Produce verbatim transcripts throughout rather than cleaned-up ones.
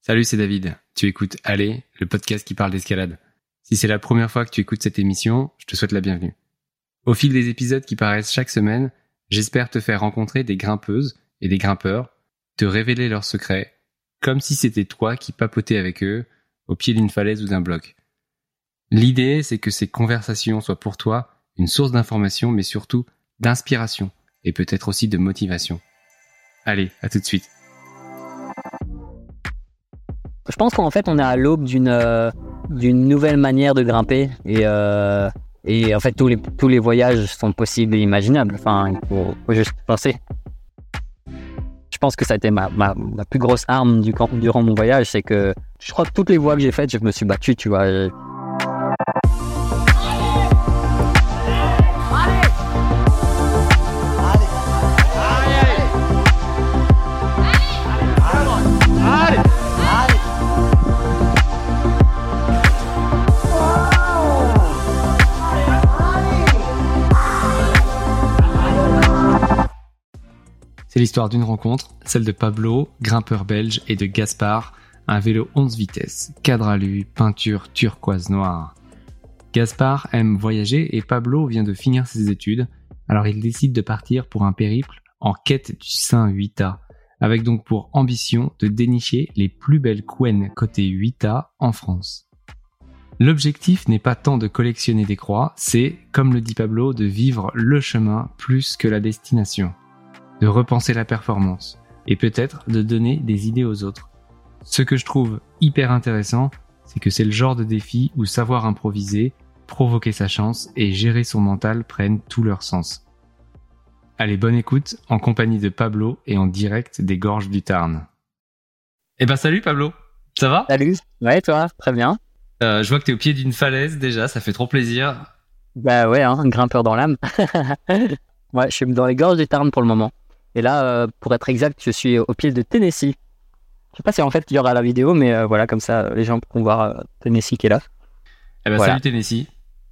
Salut, c'est David. Tu écoutes Allez, le podcast qui parle d'escalade. Si c'est la première fois que tu écoutes cette émission, je te souhaite la bienvenue. Au fil des épisodes qui paraissent chaque semaine, j'espère te faire rencontrer des grimpeuses et des grimpeurs, te révéler leurs secrets, comme si c'était toi qui papotais avec eux au pied d'une falaise ou d'un bloc. L'idée, c'est que ces conversations soient pour toi une source d'information, mais surtout d'inspiration et peut-être aussi de motivation. Allez, à tout de suite. Je pense qu'en fait, on est à l'aube d'une euh, d'une nouvelle manière de grimper et euh, et en fait tous les tous les voyages sont possibles et imaginables. Enfin, il faut, faut juste penser. Je pense que ça a été ma ma, ma plus grosse arme du, durant mon voyage, c'est que je crois que toutes les voies que j'ai faites, je me suis battu, tu vois. C'est l'histoire d'une rencontre, celle de Pablo, grimpeur belge, et de Gaspard, un vélo onze vitesses, cadre alu, peinture turquoise noire. Gaspard aime voyager et Pablo vient de finir ses études, alors il décide de partir pour un périple en quête du Saint huit A, avec donc pour ambition de dénicher les plus belles couennes côté huit A en France. L'objectif n'est pas tant de collectionner des croix, c'est, comme le dit Pablo, de vivre le chemin plus que la destination. De repenser la performance, et peut-être de donner des idées aux autres. Ce que je trouve hyper intéressant, c'est que c'est le genre de défi où savoir improviser, provoquer sa chance et gérer son mental prennent tout leur sens. Allez, bonne écoute, en compagnie de Pablo et en direct des gorges du Tarn. Eh ben salut Pablo, ça va ? Salut, ouais toi, très bien. Euh, je vois que t'es au pied d'une falaise déjà, ça fait trop plaisir. Bah ouais, hein, un grimpeur dans l'âme. Ouais, je suis dans les gorges du Tarn pour le moment. Et là, euh, pour être exact, je suis au pied de Tennessee. Je sais pas si en fait il y aura la vidéo, mais euh, voilà, comme ça, les gens pourront voir euh, Tennessee qui est là. Eh ben voilà. Salut Tennessee.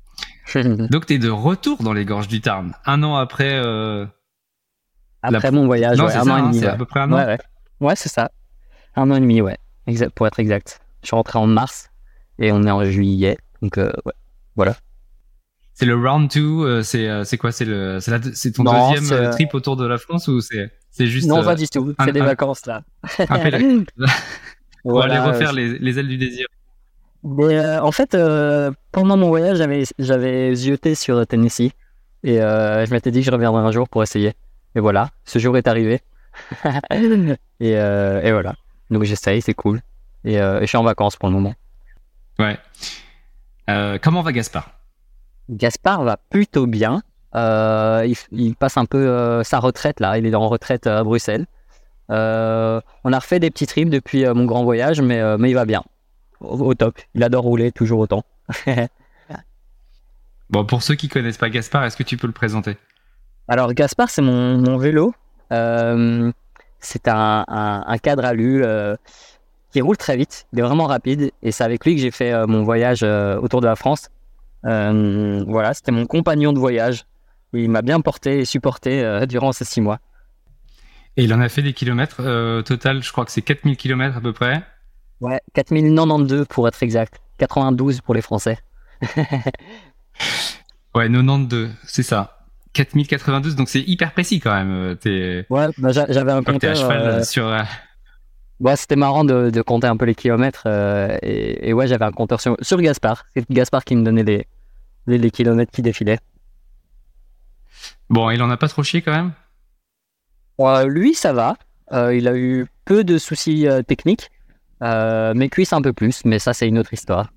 Donc t'es de retour dans les gorges du Tarn, un an après... Euh... Après la... mon voyage, non, ouais, c'est un ça, an et hein, demi. c'est Ouais. à peu près un an. Ouais, ouais. Ouais, c'est ça. Un an et demi, ouais, exact, pour être exact. Je suis rentré en mars et on est en juillet, donc euh, ouais, voilà. C'est le round two, euh, c'est euh, c'est quoi, c'est le c'est, la, c'est ton non, deuxième c'est, euh, trip autour de la France ou c'est c'est juste non, euh, pas du tout. un, C'est des un, vacances là. un pèlerin pour voilà, aller refaire euh, les, les ailes du désir. Mais euh, en fait, euh, pendant mon voyage, j'avais j'avais zioté sur Tennessee et euh, je m'étais dit que je reviendrais un jour pour essayer. Et voilà, ce jour est arrivé. et, euh, et voilà. Donc j'essaye, c'est cool. Et, euh, et je suis en vacances pour le moment. Ouais. Euh, comment va Gaspard ? Gaspard va plutôt bien. Euh, il, il passe un peu euh, sa retraite là. Il est en retraite à Bruxelles. Euh, on a refait des petits trips depuis euh, mon grand voyage, mais, euh, mais il va bien. Au, au top. Il adore rouler, toujours autant. Bon, pour ceux qui connaissent pas Gaspard, est-ce que tu peux le présenter ? Alors Gaspard, c'est mon, mon vélo. Euh, c'est un, un, un cadre alu euh, qui roule très vite. Il est vraiment rapide. Et c'est avec lui que j'ai fait euh, mon voyage euh, autour de la France. Euh, voilà, c'était mon compagnon de voyage. Il m'a bien porté et supporté euh, durant ces six mois. Et il en a fait des kilomètres. Euh, total, je crois que c'est quatre mille kilomètres à peu près. Ouais, quatre mille quatre-vingt-douze pour être exact. quatre-vingt-douze pour les Français. Ouais, quatre-vingt-douze, c'est ça. quatre mille quatre-vingt-douze, donc c'est hyper précis quand même. T'es... Ouais, bah, j'avais un compteur. T'es à cheval euh... sur... Euh... Ouais, c'était marrant de, de compter un peu les kilomètres. Euh, et, et ouais, j'avais un compteur sur, sur Gaspard. C'est Gaspard qui me donnait les, les, les kilomètres qui défilaient. Bon, il en a pas trop chié quand même ? Euh, lui, ça va. Euh, il a eu peu de soucis euh, techniques. Euh, mes cuisses un peu plus, mais ça, c'est une autre histoire.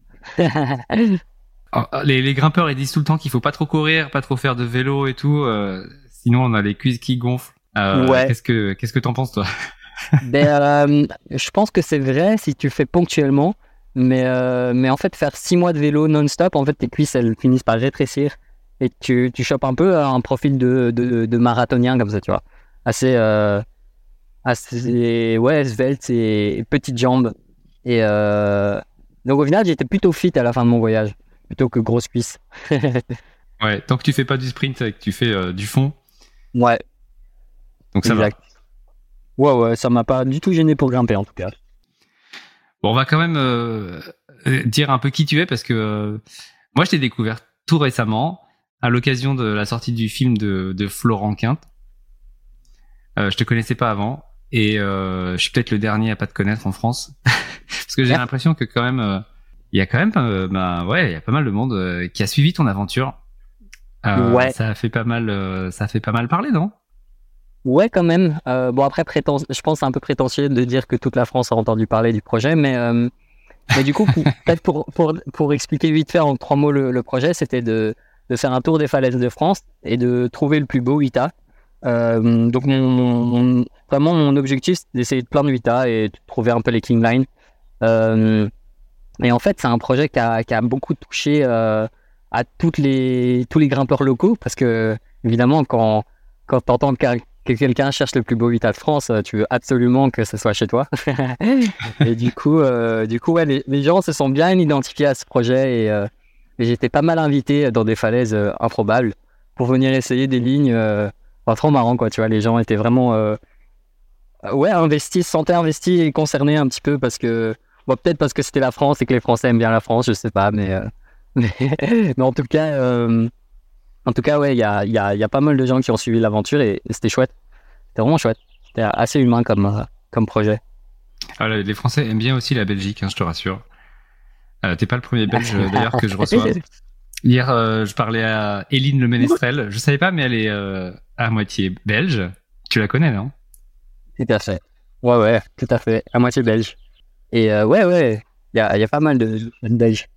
les, les grimpeurs, ils disent tout le temps qu'il faut pas trop courir, pas trop faire de vélo et tout. Euh, sinon, on a les cuisses qui gonflent. Euh, ouais. Qu'est-ce que, qu'est-ce que t'en penses, toi ? Ben, euh, je pense que c'est vrai si tu fais ponctuellement, mais, euh, mais en fait, faire six mois de vélo non-stop, en fait, tes cuisses, elles finissent par rétrécir et tu, tu chopes un peu un profil de, de, de marathonien comme ça, tu vois. Assez, euh, assez ouais, svelte et, et petites jambes. Et euh, donc, au final, j'étais plutôt fit à la fin de mon voyage, plutôt que grosse cuisse. Ouais, tant que tu fais pas du sprint et que tu fais euh, du fond. Ouais. Donc ça exact. va. Ouais, ouais, ça m'a pas du tout gêné pour grimper en tout cas. Bon, on va quand même euh, dire un peu qui tu es parce que euh, moi, je t'ai découvert tout récemment à l'occasion de la sortie du film de, de Florent Quint. Euh, je te connaissais pas avant et euh, je suis peut-être le dernier à pas te connaître en France parce que j'ai l'impression que quand même euh, il y a quand même euh, bah ouais il y a pas mal de monde euh, qui a suivi ton aventure. Euh, Ouais. Ça a fait pas mal euh, ça a fait pas mal parler, non? Ouais, quand même. Euh, bon, après, prétend... je pense que c'est un peu prétentieux de dire que toute la France a entendu parler du projet, mais, euh, mais du coup, pour- peut-être pour, pour, pour expliquer vite fait en trois mots le, le projet, c'était de, de faire un tour des falaises de France et de trouver le plus beau Wita. Euh, donc, mon, mon- mon- vraiment, mon objectif, c'est d'essayer de plaindre Wita et de trouver un peu les king lines. Euh, et en fait, c'est un projet qui a, qui a beaucoup touché euh, à toutes les, tous les grimpeurs locaux parce que, évidemment, quand, quand tu entends que, que quelqu'un cherche le plus beau Vita de France, euh, tu veux absolument que ce soit chez toi. Et du coup, euh, du coup ouais, les, les gens se sont bien identifiés à ce projet et, euh, et j'étais pas mal invité dans des falaises euh, improbables pour venir essayer des lignes. Euh, enfin, trop marrant, quoi, tu vois. Les gens étaient vraiment euh, ouais, investis, se sentaient investis et concernés un petit peu parce que, bon, peut-être parce que c'était la France et que les Français aiment bien la France, je sais pas, mais, euh, mais, mais en tout cas, euh, en tout cas, ouais, il y a, il y, a, il y a pas mal de gens qui ont suivi l'aventure et, et c'était chouette. C'était vraiment chouette. C'était assez humain comme, euh, comme projet. Ah, les Français aiment bien aussi la Belgique, hein, je te rassure. Euh, t'es pas le premier Belge euh, d'ailleurs que je reçois. Hier, euh, je parlais à Éline Le Ménestrel. Je savais pas, mais elle est euh, à moitié belge. Tu la connais, non? Tout à fait. Ouais, ouais, tout à fait. À moitié belge. Et euh, ouais, ouais, il y a, il y a pas mal de, de Belges.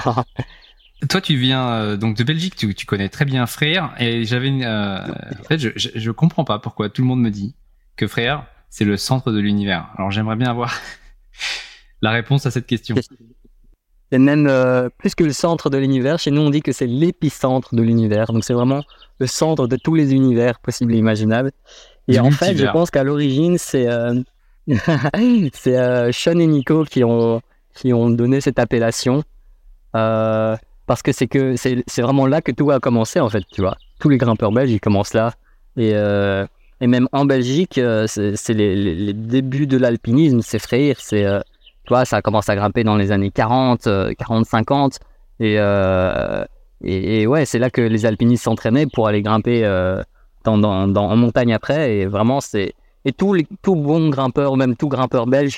Toi, tu viens euh, donc de Belgique, tu, tu connais très bien Frère, et j'avais une, euh, en fait, je, je, je comprends pas pourquoi tout le monde me dit que Frère, c'est le centre de l'univers. Alors, j'aimerais bien avoir la réponse à cette question. C'est même euh, plus que le centre de l'univers. Chez nous, on dit que c'est l'épicentre de l'univers. Donc, c'est vraiment le centre de tous les univers possibles et imaginables. Et Du en fait, je multivers. pense qu'à l'origine, c'est euh, c'est euh, Sean et Nico qui ont, qui ont donné cette appellation. Euh, parce que c'est que c'est c'est vraiment là que tout a commencé, en fait, tu vois. Tous les grimpeurs belges, ils commencent là. Et, euh, et même en Belgique, euh, c'est c'est les, les, les débuts de l'alpinisme, c'est Freyr, c'est... Euh, tu vois, ça a commencé à grimper dans les années quarante, quarante, cinquante. Et, euh, et, et ouais, c'est là que les alpinistes s'entraînaient pour aller grimper euh, dans, dans, dans, en montagne après. Et vraiment, c'est. Et tout, les, tout bon grimpeur, ou même tout grimpeur belge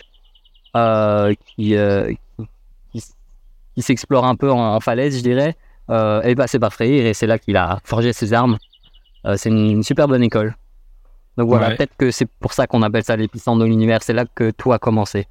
euh, qui, euh, qui, qui s'explore un peu en, en falaise, je dirais, euh, est passé par Freyr et c'est là qu'il a forgé ses armes. Euh, c'est une, une super bonne école. Donc voilà, Ouais. peut-être que c'est pour ça qu'on appelle ça l'épicentre de l'univers. C'est là que tout a commencé.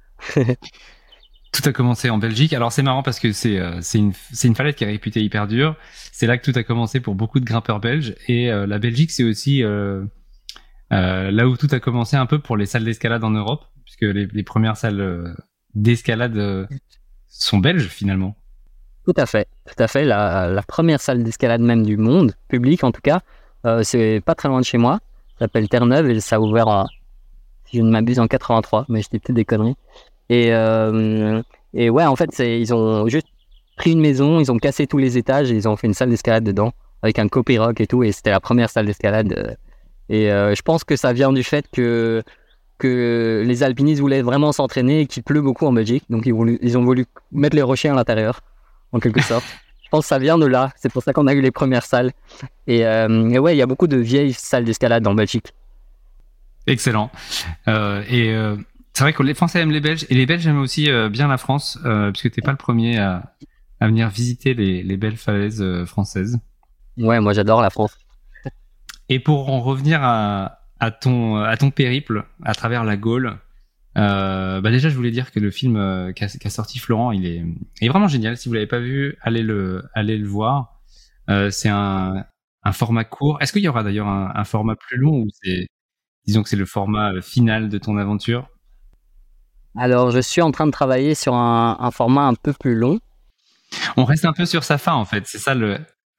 Tout a commencé en Belgique. Alors c'est marrant parce que c'est euh, c'est une c'est une falaise qui est réputée hyper dure. C'est là que tout a commencé pour beaucoup de grimpeurs belges. Et euh, la Belgique, c'est aussi euh, euh, là où tout a commencé un peu pour les salles d'escalade en Europe, puisque les, les premières salles euh, d'escalade euh, sont belges finalement. Tout à fait, tout à fait. La, la première salle d'escalade même du monde, publique en tout cas, euh, c'est pas très loin de chez moi. Ça s'appelle Terre-Neuve et ça a ouvert, en, si je ne m'abuse, en quatre-vingt-trois, mais je dis peut-être des conneries. Et, euh, et ouais, en fait, c'est, ils ont juste pris une maison, ils ont cassé tous les étages et ils ont fait une salle d'escalade dedans avec un copy-rock et tout. Et c'était la première salle d'escalade. euh, Et euh, je pense que ça vient du fait que, que les alpinistes voulaient vraiment s'entraîner et qu'il pleut beaucoup en Belgique. Donc ils, voulu, ils ont voulu mettre les rochers à l'intérieur, en quelque sorte. Je pense que ça vient de là. C'est pour ça qu'on a eu les premières salles. Et, euh, et ouais, il y a beaucoup de vieilles salles d'escalade en Belgique. Excellent. Euh, et euh, c'est vrai que les Français aiment les Belges et les Belges aiment aussi euh, bien la France, euh, puisque t'es pas le premier à, à venir visiter les, les belles falaises euh, françaises. Ouais, moi j'adore la France. Et pour en revenir à, à ton à ton périple à travers la Gaule, euh, bah déjà je voulais dire que le film euh, qu'a, qu'a sorti Florent, il est, il est vraiment génial. Si vous l'avez pas vu, allez le allez le voir. Euh, c'est un un format court. Est-ce qu'il y aura d'ailleurs un, un format plus long ou c'est disons que c'est le format euh, final de ton aventure? Alors, je suis en train de travailler sur un, un format un peu plus long. On reste un peu sur sa fin en fait. C'est ça le.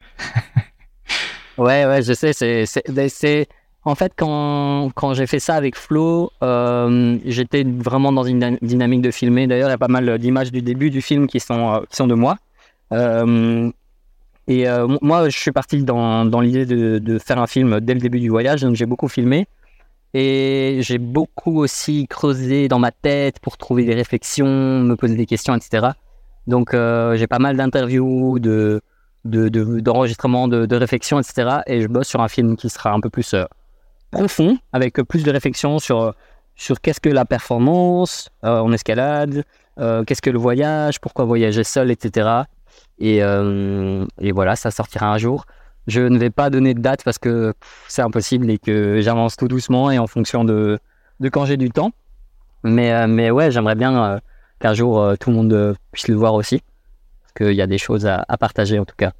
Ouais, ouais, je sais. C'est, c'est, ben, c'est... En fait, quand, quand j'ai fait ça avec Flo, euh, j'étais vraiment dans une dyna- dynamique de filmer. D'ailleurs, il y a pas mal d'images du début du film qui sont, euh, qui sont de moi. Euh, et euh, moi, je suis parti dans, dans l'idée de, de faire un film dès le début du voyage, donc j'ai beaucoup filmé. Et j'ai beaucoup aussi creusé dans ma tête pour trouver des réflexions, me poser des questions, et cetera. Donc, euh, j'ai pas mal d'interviews, de, de, de, d'enregistrements, de, de réflexions, et cetera. Et je bosse sur un film qui sera un peu plus euh, profond, avec plus de réflexions sur, sur qu'est-ce que la performance euh, en escalade, euh, qu'est-ce que le voyage, pourquoi voyager seul, et cetera. Et, euh, et voilà, ça sortira un jour. Je ne vais pas donner de date parce que pff, c'est impossible et que j'avance tout doucement et en fonction de, de quand j'ai du temps. Mais, euh, mais ouais, j'aimerais bien euh, qu'un jour euh, tout le monde euh, puisse le voir aussi. Parce qu'il y a des choses à, à partager en tout cas.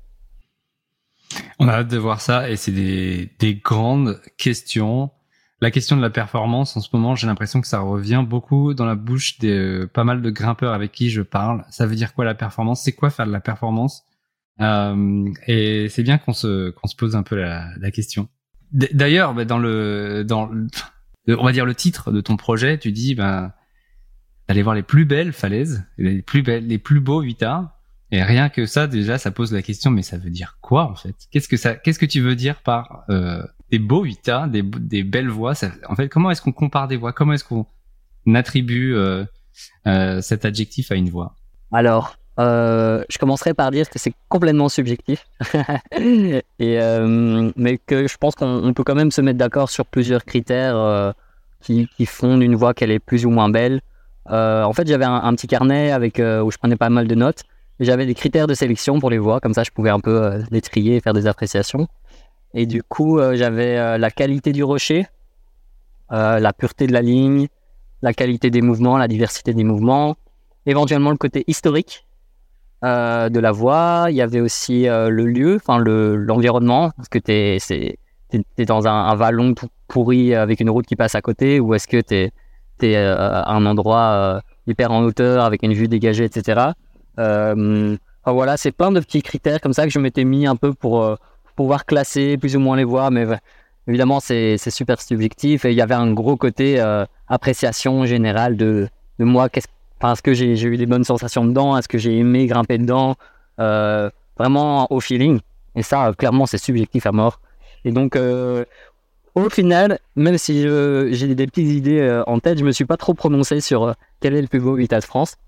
On a hâte de voir ça et c'est des, des grandes questions. La question de la performance, en ce moment, j'ai l'impression que ça revient beaucoup dans la bouche de euh, pas mal de grimpeurs avec qui je parle. Ça veut dire quoi la performance? C'est quoi faire de la performance? Euh, et c'est bien qu'on se qu'on se pose un peu la, la question. D- D'ailleurs, bah, dans le dans le, on va dire le titre de ton projet, tu dis ben d'aller voir les plus belles falaises, les plus belles, les plus beaux huitards. Et rien que ça, déjà, ça pose la question, mais ça veut dire quoi en fait? Qu'est-ce que ça, qu'est-ce que tu veux dire par euh, des beaux huitards, des des belles voix? Ça, en fait, comment est-ce qu'on compare des voix? Comment est-ce qu'on attribue euh, euh, cet adjectif à une voix? Alors, euh, je commencerai par dire que c'est complètement subjectif. et, euh, mais que je pense qu'on on peut quand même se mettre d'accord sur plusieurs critères euh, qui, qui font d'une voix qu'elle est plus ou moins belle. Euh, en fait, j'avais un, un petit carnet avec, euh, où je prenais pas mal de notes. Et j'avais des critères de sélection pour les voix. Comme ça, je pouvais un peu euh, les trier et faire des appréciations. Et du coup, euh, j'avais euh, la qualité du rocher, euh, la pureté de la ligne, la qualité des mouvements, la diversité des mouvements, éventuellement le côté historique euh, de la voie. Il y avait aussi euh, le lieu, enfin le, l'environnement. Est-ce que t'es, c'est, t'es, t'es dans un, un vallon tout pourri avec une route qui passe à côté, ou est-ce que t'es, t'es euh, à un endroit euh, hyper en hauteur avec une vue dégagée, et cetera. Euh, enfin, voilà, c'est plein de petits critères comme ça que je m'étais mis un peu pour, euh, pour pouvoir classer plus ou moins les voies, mais ouais, évidemment c'est, c'est super subjectif et il y avait un gros côté euh, appréciation générale de, de moi, qu'est-ce Enfin, est-ce que j'ai, j'ai eu des bonnes sensations dedans? Est-ce que j'ai aimé grimper dedans? euh, Vraiment au feeling. Et ça, euh, clairement, c'est subjectif à mort. Et donc, euh, au final, même si je, j'ai des petites idées euh, en tête, je me suis pas trop prononcé sur euh, quel est le plus beau Vita de France.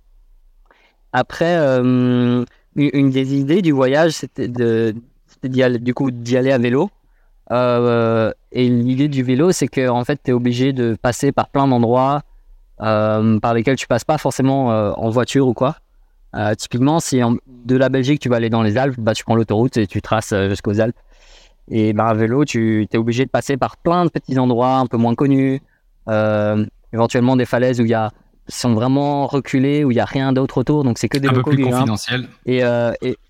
Après, euh, une, une des idées du voyage, c'était, de, c'était d'y aller, du coup, d'y aller à vélo. Euh, et l'idée du vélo, c'est que en fait, tu es obligé de passer par plein d'endroits euh, par lesquels tu passes pas forcément euh, en voiture ou quoi. Euh, typiquement, si en, de la Belgique tu vas aller dans les Alpes, bah, tu prends l'autoroute et tu traces euh, jusqu'aux Alpes. Et bah, à vélo, tu es obligé de passer par plein de petits endroits un peu moins connus, euh, éventuellement des falaises où il y a sont vraiment reculées, où il y a rien d'autre autour, donc c'est que des Un peu locaux plus qui grimpent. confidentiel. Et, euh, et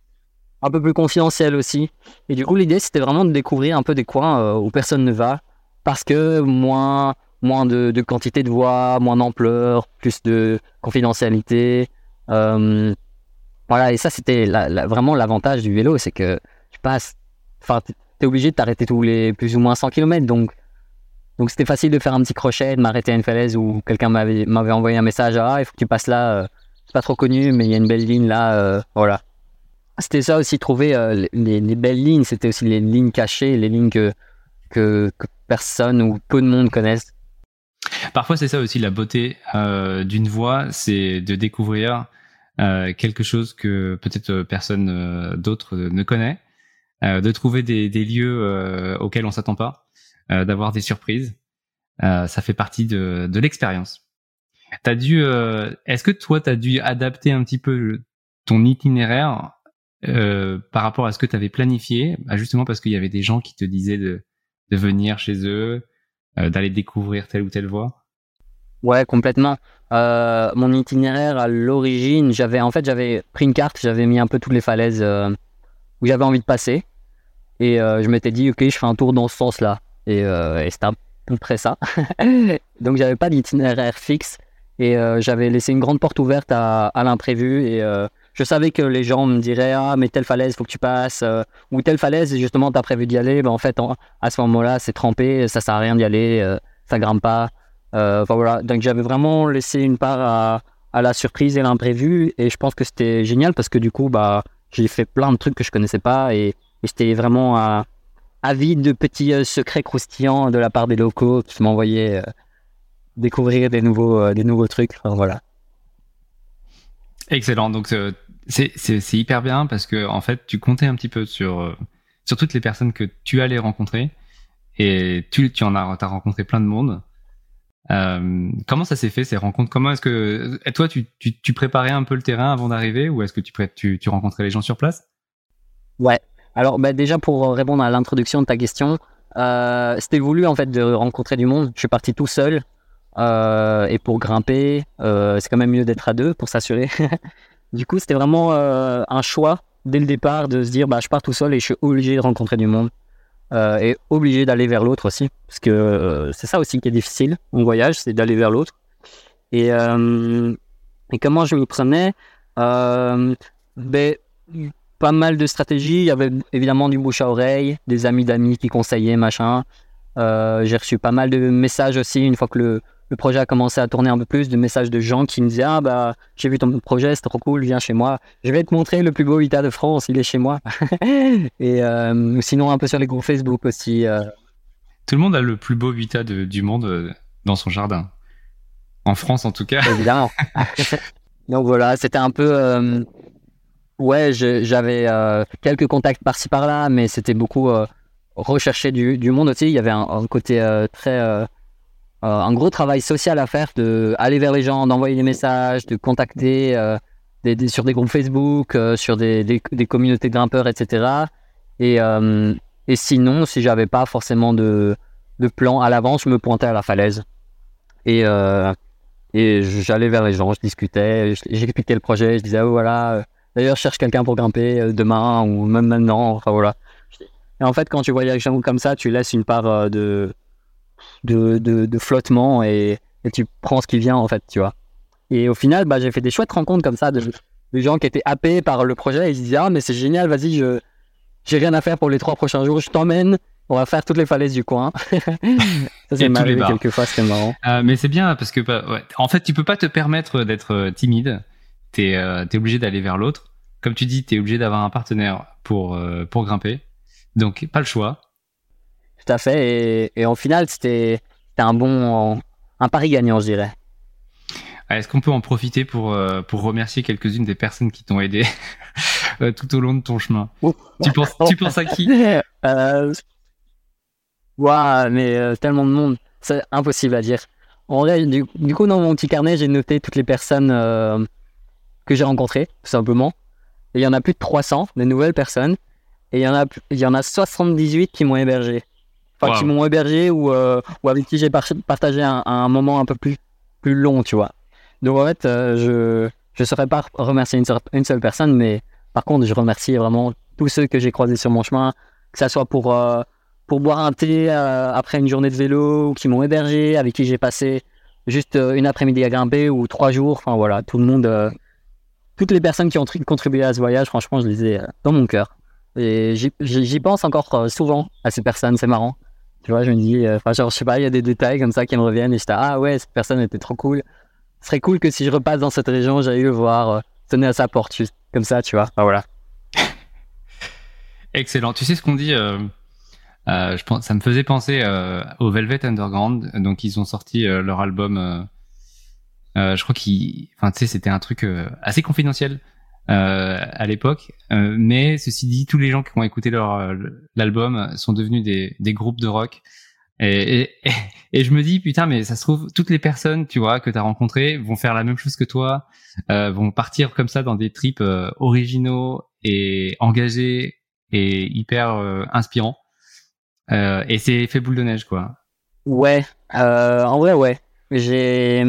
un peu plus confidentiel aussi. Et du coup, l'idée c'était vraiment de découvrir un peu des coins euh, où personne ne va, parce que moins moins de, de quantité de voix, moins d'ampleur, plus de confidentialité. Euh, voilà, et ça, c'était la, la, vraiment l'avantage du vélo, c'est que tu passes, enfin, t'es obligé de t'arrêter tous les plus ou moins cent kilomètres, donc, donc c'était facile de faire un petit crochet, de m'arrêter à une falaise où quelqu'un m'avait, m'avait envoyé un message, ah, il faut que tu passes là, euh, c'est pas trop connu, mais il y a une belle ligne là, euh, voilà. C'était ça aussi, trouver euh, les, les belles lignes, c'était aussi les lignes cachées, les lignes que, que, que personne ou peu de monde connaissent. Parfois, c'est ça aussi la beauté euh, d'une voie, c'est de découvrir euh, quelque chose que peut-être personne euh, d'autre ne connaît, euh, de trouver des, des lieux euh, auxquels on s'attend pas, euh, d'avoir des surprises. Euh, ça fait partie de, de l'expérience. T'as dû, euh, est-ce que toi, t'as dû adapter un petit peu ton itinéraire euh, par rapport à ce que t'avais planifié, bah, justement parce qu'il y avait des gens qui te disaient de, de venir chez eux, euh, d'aller découvrir telle ou telle voie? Ouais, complètement. Euh, mon itinéraire à l'origine, j'avais en fait j'avais pris une carte, j'avais mis un peu toutes les falaises euh, où j'avais envie de passer, et euh, je m'étais dit ok, je fais un tour dans ce sens-là, et, euh, et c'était à peu près ça. Donc j'avais pas d'itinéraire fixe, et euh, j'avais laissé une grande porte ouverte à, à l'imprévu, et euh, je savais que les gens me diraient ah mais telle falaise faut que tu passes, euh, ou telle falaise justement t'as prévu d'y aller, ben en fait en, à ce moment-là c'est trempé, ça sert à rien d'y aller, euh, ça grimpe pas. Euh, enfin voilà, donc j'avais vraiment laissé une part à, à la surprise et l'imprévu, et je pense que c'était génial parce que du coup bah j'ai fait plein de trucs que je connaissais pas, et, et c'était vraiment à, avide de petits euh, secrets croustillants de la part des locaux qui m'envoyaient euh, découvrir des nouveaux, euh, des nouveaux trucs. Enfin, voilà. Excellent. Donc, euh, c'est, c'est, c'est hyper bien parce que, en fait, tu comptais un petit peu sur, euh, sur toutes les personnes que tu allais rencontrer et tu, tu en as, t'as rencontré plein de monde. Euh, comment ça s'est fait ces rencontres? Comment est-ce que, et toi, tu, tu, tu préparais un peu le terrain avant d'arriver ou est-ce que tu, pré- tu, tu rencontrais les gens sur place? Ouais. Alors, bah, déjà, pour répondre à l'introduction de ta question, euh, c'était voulu en fait de rencontrer du monde. Je suis parti tout seul. Euh, et pour grimper, euh, c'est quand même mieux d'être à deux pour s'assurer. Du coup, c'était vraiment euh, un choix dès le départ de se dire bah, je pars tout seul et je suis obligé de rencontrer du monde. Euh, et obligé d'aller vers l'autre aussi. Parce que euh, c'est ça aussi qui est difficile en voyage, c'est d'aller vers l'autre. Et, euh, et comment je m'y prenais euh, ben, pas mal de stratégies. Il y avait évidemment du bouche à oreille, des amis d'amis qui conseillaient, machin. Euh, j'ai reçu pas mal de messages aussi une fois que le, le projet a commencé à tourner un peu plus, de messages de gens qui me disaient ah bah j'ai vu ton projet, c'est trop cool, viens chez moi, je vais te montrer le plus beau Ita de France, il est chez moi. Et euh, sinon un peu sur les groupes Facebook aussi. Euh... Tout le monde a le plus beau habitat de, du monde euh, dans son jardin. En France, en tout cas. Évidemment. Donc voilà, c'était un peu euh... ouais, je, j'avais euh, quelques contacts par-ci par-là, mais c'était beaucoup euh, rechercher du, du monde aussi. Il y avait un, un côté euh, très euh, Euh, un gros travail social à faire, de aller vers les gens, d'envoyer des messages, de contacter euh, des, des, sur des groupes Facebook, euh, sur des, des, des communautés de grimpeurs, et cetera. Et, euh, et sinon, si j'avais pas forcément de, de plan à l'avance, je me pointais à la falaise. Et, euh, et j'allais vers les gens, je discutais, j'expliquais le projet, je disais oh, voilà, euh, d'ailleurs je cherche quelqu'un pour grimper euh, demain ou même maintenant, enfin voilà. Et en fait, quand tu voyages comme ça, tu laisses une part euh, de De, de, de flottement et, et tu prends ce qui vient en fait, tu vois. Et au final, bah, j'ai fait des chouettes rencontres comme ça de, de gens qui étaient happés par le projet et ils se disaient ah mais c'est génial, vas-y, je j'ai rien à faire pour les trois prochains jours, je t'emmène, on va faire toutes les falaises du coin. Ça c'est m'arrivé quelques fois, c'était marrant. Euh, mais c'est bien parce que bah, ouais, en fait tu peux pas te permettre d'être timide, t'es euh, t'es obligé d'aller vers l'autre. Comme tu dis, t'es obligé d'avoir un partenaire pour euh, pour grimper, donc pas le choix. Tout à fait, et, et au final, c'était, c'était un bon, un pari gagnant, je dirais. Est-ce qu'on peut en profiter pour, euh, pour remercier quelques-unes des personnes qui t'ont aidé tout au long de ton chemin? Ouh. Tu penses, tu penses à qui? euh, Waouh, mais euh, tellement de monde, c'est impossible à dire. En vrai, du, du coup, dans mon petit carnet, j'ai noté toutes les personnes euh, que j'ai rencontrées, tout simplement. Et il y en a plus de trois cents, de nouvelles personnes. Et il y en a, il y en a soixante-dix-huit qui m'ont hébergé. Enfin, wow. Qui m'ont hébergé ou, euh, ou avec qui j'ai par- partagé un, un moment un peu plus, plus long, tu vois. Donc en fait, euh, je je saurais pas remercier une, une seule personne, mais par contre, je remercie vraiment tous ceux que j'ai croisés sur mon chemin, que ça soit pour, euh, pour boire un thé euh, après une journée de vélo, ou qui m'ont hébergé, avec qui j'ai passé juste euh, une après-midi à grimper, ou trois jours, enfin voilà, tout le monde, euh, toutes les personnes qui ont tri- contribué à ce voyage, franchement, je les ai euh, dans mon cœur. Et j'y, j'y pense encore euh, souvent à ces personnes, c'est marrant. Tu vois, je me dis, enfin, euh, genre, je sais pas, il y a des détails comme ça qui me reviennent et je dis, ah ouais, cette personne était trop cool. Ce serait cool que si je repasse dans cette région, j'aille le voir, euh, sonner à sa porte, juste comme ça, tu vois. Enfin, voilà. Excellent. Tu sais ce qu'on dit, euh, euh, je pense, ça me faisait penser euh, au Velvet Underground. Donc, ils ont sorti euh, leur album, euh, euh, je crois qu'ils, enfin, tu sais, c'était un truc euh, assez confidentiel. Euh, à l'époque, euh, mais ceci dit, tous les gens qui ont écouté leur euh, l'album sont devenus des, des groupes de rock et, et, et je me dis putain mais ça se trouve toutes les personnes tu vois que t'as rencontrées vont faire la même chose que toi, euh, vont partir comme ça dans des trips euh, originaux et engagés et hyper euh, inspirants euh, et c'est fait boule de neige quoi. Ouais, euh, en vrai ouais, j'ai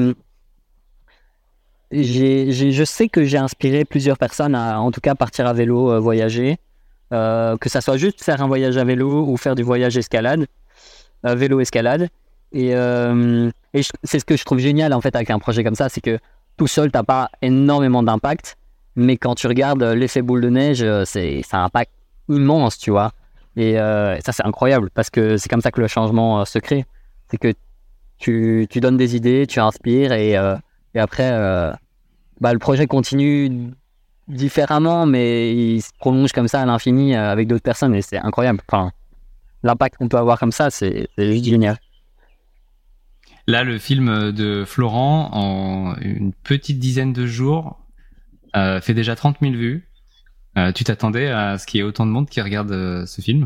J'ai, j'ai, je sais que j'ai inspiré plusieurs personnes à, en tout cas, partir à vélo, euh, voyager. Euh, que ça soit juste faire un voyage à vélo ou faire du voyage escalade, euh, vélo-escalade. Et, euh, et je, c'est ce que je trouve génial, en fait, avec un projet comme ça, c'est que tout seul, t'as pas énormément d'impact. Mais quand tu regardes l'effet boule de neige, c'est, c'est un impact immense, tu vois. Et euh, ça, c'est incroyable, parce que c'est comme ça que le changement euh, se crée. C'est que tu, tu donnes des idées, tu inspires, et, euh, et après... Euh, Bah, le projet continue différemment, mais il se prolonge comme ça à l'infini avec d'autres personnes et c'est incroyable. Enfin, l'impact qu'on peut avoir comme ça, c'est, c'est juste génial. Là, le film de Florent, en une petite dizaine de jours, euh, fait déjà trente mille vues. Euh, tu t'attendais à ce qu'il y ait autant de monde qui regarde euh, ce film?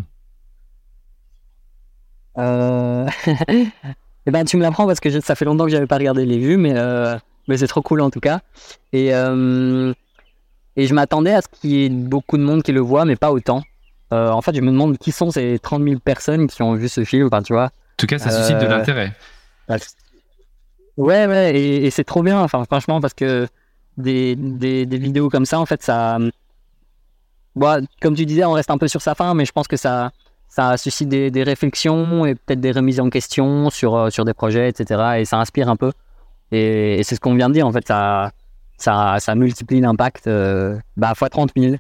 Euh... Eh ben, tu me l'apprends parce que je- ça fait longtemps que j'avais pas regardé les vues, mais, euh, mais c'est trop cool en tout cas. Et, euh, et je m'attendais à ce qu'il y ait beaucoup de monde qui le voit, mais pas autant. Euh, en fait, je me demande qui sont ces trente mille personnes qui ont vu ce film, enfin, tu vois. En tout cas, ça suscite de Euh, l'intérêt. Ouais, ouais, et, et c'est trop bien, enfin, franchement, parce que des, des, des vidéos comme ça, en fait, ça. Bon, comme tu disais, on reste un peu sur sa fin, mais je pense que ça, ça suscite des, des réflexions et peut-être des remises en question sur, euh, sur des projets, et cetera. Et ça inspire un peu. Et, et c'est ce qu'on vient de dire, en fait, ça, ça, ça multiplie l'impact euh, bah, fois trente mille.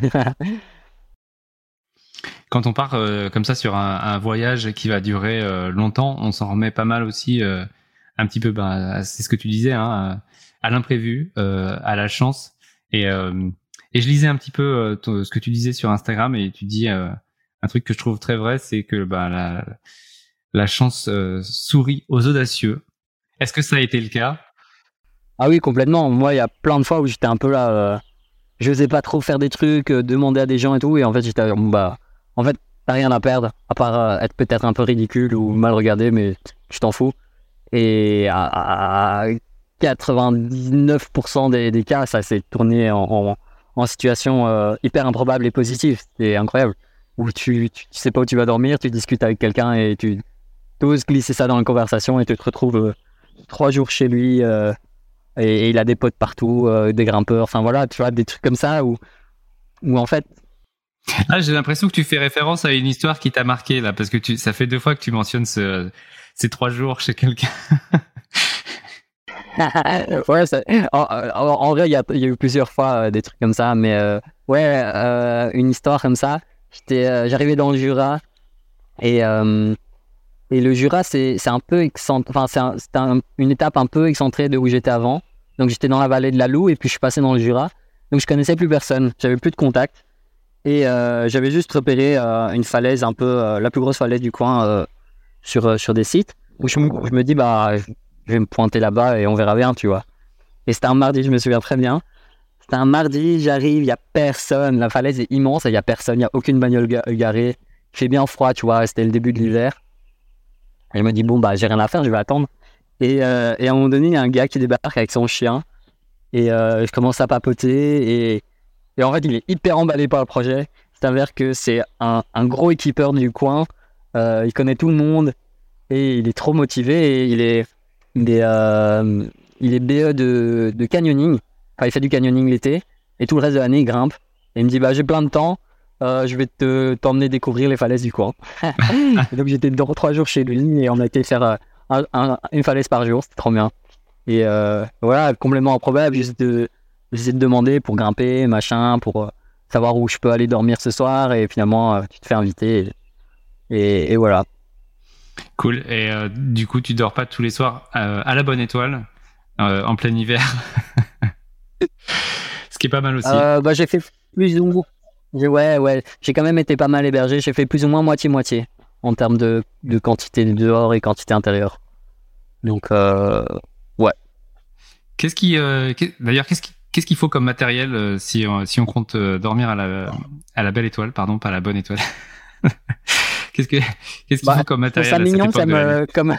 Quand on part euh, comme ça sur un, un voyage qui va durer euh, longtemps, on s'en remet pas mal aussi euh, un petit peu, bah, c'est ce que tu disais, hein, à l'imprévu, euh, à la chance. Et, euh, et je lisais un petit peu euh, ton- ce que tu disais sur Instagram et tu dis euh, un truc que je trouve très vrai, c'est que bah, la, la chance euh, sourit aux audacieux. Est-ce que ça a été le cas? Ah oui, complètement. Moi, il y a plein de fois où j'étais un peu là. Euh, je n'osais pas trop faire des trucs, euh, demander à des gens et tout. Et en fait, j'étais là, bon, bah, en fait, t'as rien à perdre, à part euh, être peut-être un peu ridicule ou mal regardé, mais je t'en fous. Et à, à quatre-vingt-dix-neuf pour cent des, des cas, ça s'est tourné en, en, en situation euh, hyper improbable et positive. C'est incroyable. Où tu, tu, tu sais pas où tu vas dormir, tu discutes avec quelqu'un et tu oses glisser ça dans la conversation et tu te retrouves euh, trois jours chez lui euh, et, et il a des potes partout, euh, des grimpeurs, enfin voilà, tu vois, des trucs comme ça où, où en fait. Ah, j'ai l'impression que tu fais référence à une histoire qui t'a marqué là, parce que tu, ça fait deux fois que tu mentionnes ce, ces trois jours chez quelqu'un. Ouais, ça- en, en- en vrai, il y a, il y a eu plusieurs fois euh, des trucs comme ça, mais euh, ouais, euh, une histoire comme ça. J'étais, euh, j'arrivais dans le Jura et, euh, et le Jura, c'est, c'est un peu excentré, enfin, c'est, un- c'est un- une étape un peu excentrée de où j'étais avant. Donc, j'étais dans la vallée de la Loue et puis je suis passé dans le Jura. Donc, je connaissais plus personne, j'avais plus de contact et euh, j'avais juste repéré euh, une falaise un peu, euh, la plus grosse falaise du coin euh, sur, euh, sur des sites où je, me- je me dis, bah, je je vais me pointer là-bas et on verra bien, tu vois. Et c'était un mardi, je me souviens très bien. C'était un mardi, j'arrive, il n'y a personne. La falaise est immense, il n'y a personne, il n'y a aucune bagnole ga- garée. Il fait bien froid, tu vois, c'était le début de l'hiver. Et je me dis, bon, bah, j'ai rien à faire, je vais attendre. Et, euh, et à un moment donné, il y a un gars qui débarque avec son chien. Et euh, je commence à papoter. Et, et en fait, il est hyper emballé par le projet. Il s'avère que c'est un, un gros équipeur du coin. Euh, il connaît tout le monde. Et il est trop motivé. Et il est, il est, euh, il est B E de, de canyoning. Enfin, il fait du canyoning l'été. Et tout le reste de l'année, il grimpe. Et il me dit, bah, j'ai plein de temps. Euh, je vais te, t'emmener découvrir les falaises du coin. Et donc, j'étais deux, trois jours chez lui et on a été faire euh, un, un- une falaise par jour. C'était trop bien. Et euh, voilà, complètement improbable. J'essaie de, j'essaie de demander pour grimper, machin, pour euh, savoir où je peux aller dormir ce soir. Et finalement, euh, tu te fais inviter. Et, et, et voilà. Cool. Et euh, du coup, tu dors pas tous les soirs euh, à la Bonne Étoile euh, en plein hiver, ce qui est pas mal aussi. Euh, bah, j'ai fait plus ou moins. j'ai- Ouais, ouais. J'ai quand même été pas mal hébergé. J'ai fait plus ou moins moitié-moitié en termes de, de quantité dehors et quantité intérieure. Donc, euh, ouais. Qu'est-ce qui, euh, qu'est- d'ailleurs, qu'est-ce qui, qu'est-ce qu'il faut comme matériel euh, si on, si on compte euh, dormir à la à la Belle Étoile, pardon, pas à la Bonne Étoile. Qu'est-ce que qu'est-ce qu'il Bah, faut comme je trouve matériel ça à cette mignon, époque ça de l'année? me, comme,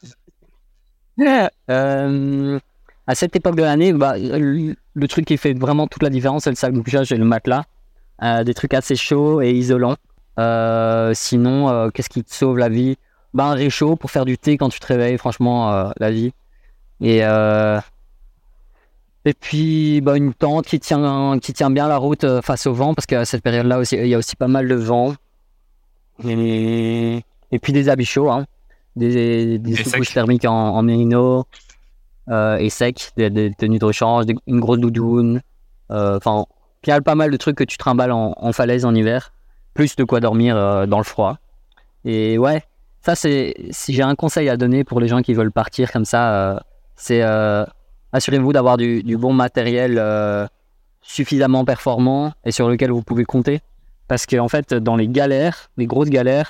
Euh, à cette époque de l'année, bah, le, le truc qui fait vraiment toute la différence, c'est le sac de couchage et le matelas. Euh, des trucs assez chauds et isolants. Euh, sinon, euh, qu'est-ce qui te sauve la vie? Bah, un réchaud pour faire du thé quand tu te réveilles, franchement, euh, la vie. Et, euh, et puis, bah, une tente qui tient, qui tient bien la route euh, face au vent, parce qu'à cette période-là, aussi, il y a aussi pas mal de vent. Et, et puis des habits chauds, hein. Des, des Et sous-couches sec. thermiques en, en mérino. Euh, et sec, des, des tenues de rechange, des- une grosse doudoune. euh, Enfin, il y a pas mal de trucs que tu trimbales en, en falaise en hiver, plus de quoi dormir euh, dans le froid. Et ouais, ça c'est, si j'ai un conseil à donner pour les gens qui veulent partir comme ça, euh, c'est euh, assurez-vous d'avoir du, du bon matériel euh, suffisamment performant et sur lequel vous pouvez compter. Parce qu'en fait, dans les galères, les grosses galères,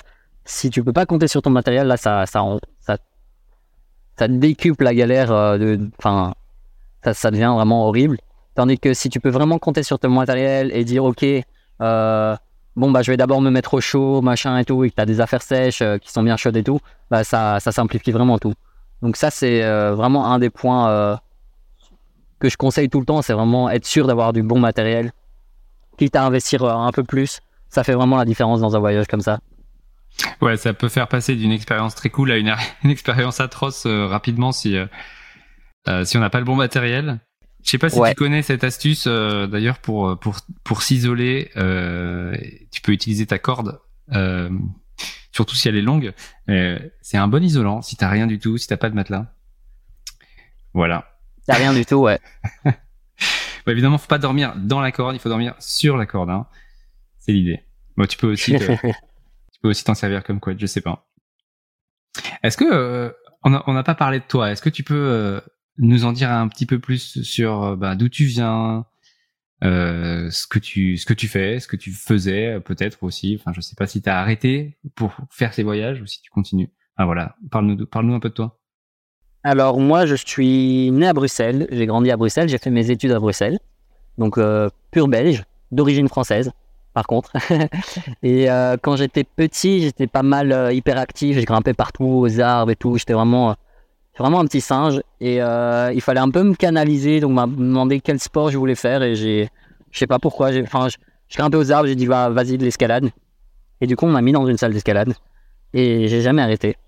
si tu peux pas compter sur ton matériel, là, ça, ça, ça, ça décuple la galère. Enfin, ça, ça devient vraiment horrible. Tandis que si tu peux vraiment compter sur ton matériel et dire, ok, euh, bon, bah, je vais d'abord me mettre au chaud, machin et tout, et que tu as des affaires sèches euh, qui sont bien chaudes et tout, bah, ça, ça simplifie vraiment tout. Donc ça, c'est euh, vraiment un des points euh, que je conseille tout le temps, c'est vraiment être sûr d'avoir du bon matériel. Quitte à investir euh, un peu plus, ça fait vraiment la différence dans un voyage comme ça. Ouais, ça peut faire passer d'une expérience très cool à une, une expérience atroce euh, rapidement si, euh, euh, si on n'a pas le bon matériel. Je sais pas si ouais. tu connais cette astuce euh, d'ailleurs pour, pour, pour s'isoler, euh, tu peux utiliser ta corde. Euh, surtout si elle est longue, euh, c'est un bon isolant si t'as rien du tout, si t'as pas de matelas. Voilà. T'as rien du tout, ouais. Bah, évidemment, faut pas dormir dans la corde, il faut dormir sur la corde, hein. C'est l'idée. Bon, tu peux aussi, te, tu peux aussi t'en servir comme couette, je sais pas. Est-ce que euh, on a, on n'a pas parlé de toi. Est-ce que tu peux euh, nous en dire un petit peu plus sur bah, d'où tu viens, Euh, ce que tu ce que tu fais, ce que tu faisais peut-être aussi. Enfin, je sais pas si t'as arrêté pour faire ces voyages ou si tu continues. Ah voilà, parle-nous parle-nous un peu de toi. Alors moi, je suis né à Bruxelles. J'ai grandi à Bruxelles. J'ai fait mes études à Bruxelles, donc euh, pur belge, d'origine française. Par contre, et euh, quand j'étais petit, j'étais pas mal euh, hyperactif. Je grimpais partout aux arbres et tout. J'étais vraiment euh, vraiment un petit singe et euh, il fallait un peu me canaliser, donc on m'a demandé quel sport je voulais faire et j'ai, je sais pas pourquoi, j'ai, enfin, je, je grimpais aux arbres, j'ai dit bah, vas-y de l'escalade et du coup on m'a mis dans une salle d'escalade et j'ai jamais arrêté.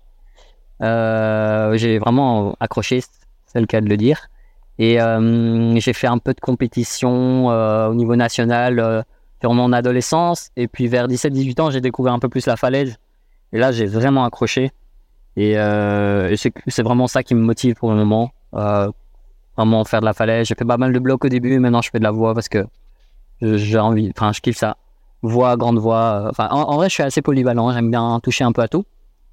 Euh, j'ai vraiment accroché, c'est le cas de le dire, et euh, j'ai fait un peu de compétition euh, au niveau national euh, durant mon adolescence et puis vers dix-sept dix-huit ans j'ai découvert un peu plus la falaise et là j'ai vraiment accroché. Et, euh, et c'est, c'est vraiment ça qui me motive pour le moment. Euh, vraiment faire de la falaise. J'ai fait pas mal de blocs au début, maintenant je fais de la voix parce que j'ai envie, enfin je kiffe ça. Voix, grande voix. Enfin, en, en vrai, je suis assez polyvalent. J'aime bien toucher un peu à tout.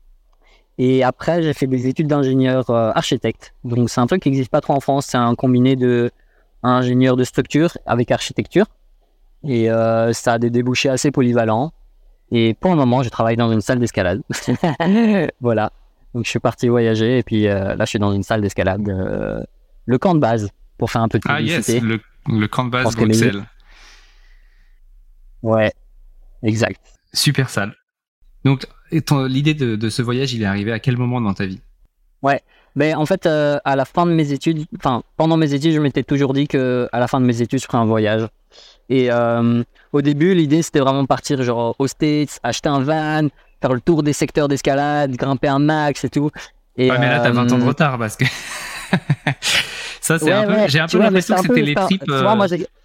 Et après, j'ai fait des études d'ingénieur euh, architecte. Donc c'est un truc qui n'existe pas trop en France. C'est un combiné de ingénieur de structure avec architecture. Et euh, ça a des débouchés assez polyvalents. Et pour le moment, je travaille dans une salle d'escalade. Voilà. Donc je suis parti voyager et puis euh, là je suis dans une salle d'escalade, euh, le camp de base, pour faire un peu de publicité. Ah yes, le, le camp de base Bruxelles. Les... Ouais, exact. Super salle. Donc ton, l'idée de, de ce voyage, il est arrivé à quel moment dans ta vie? Ouais, mais en fait euh, à la fin de mes études, enfin pendant mes études, je m'étais toujours dit que à la fin de mes études, je ferais un voyage. Et euh, au début, l'idée c'était vraiment de partir genre aux States, acheter un van, faire le tour des secteurs d'escalade, grimper un max et tout. Et ouais, mais là, t'as vingt ans de retard parce que ça, c'est ouais, un peu. Ouais, j'ai un peu vois, l'impression que c'était peu, les tripes euh, vois, moi,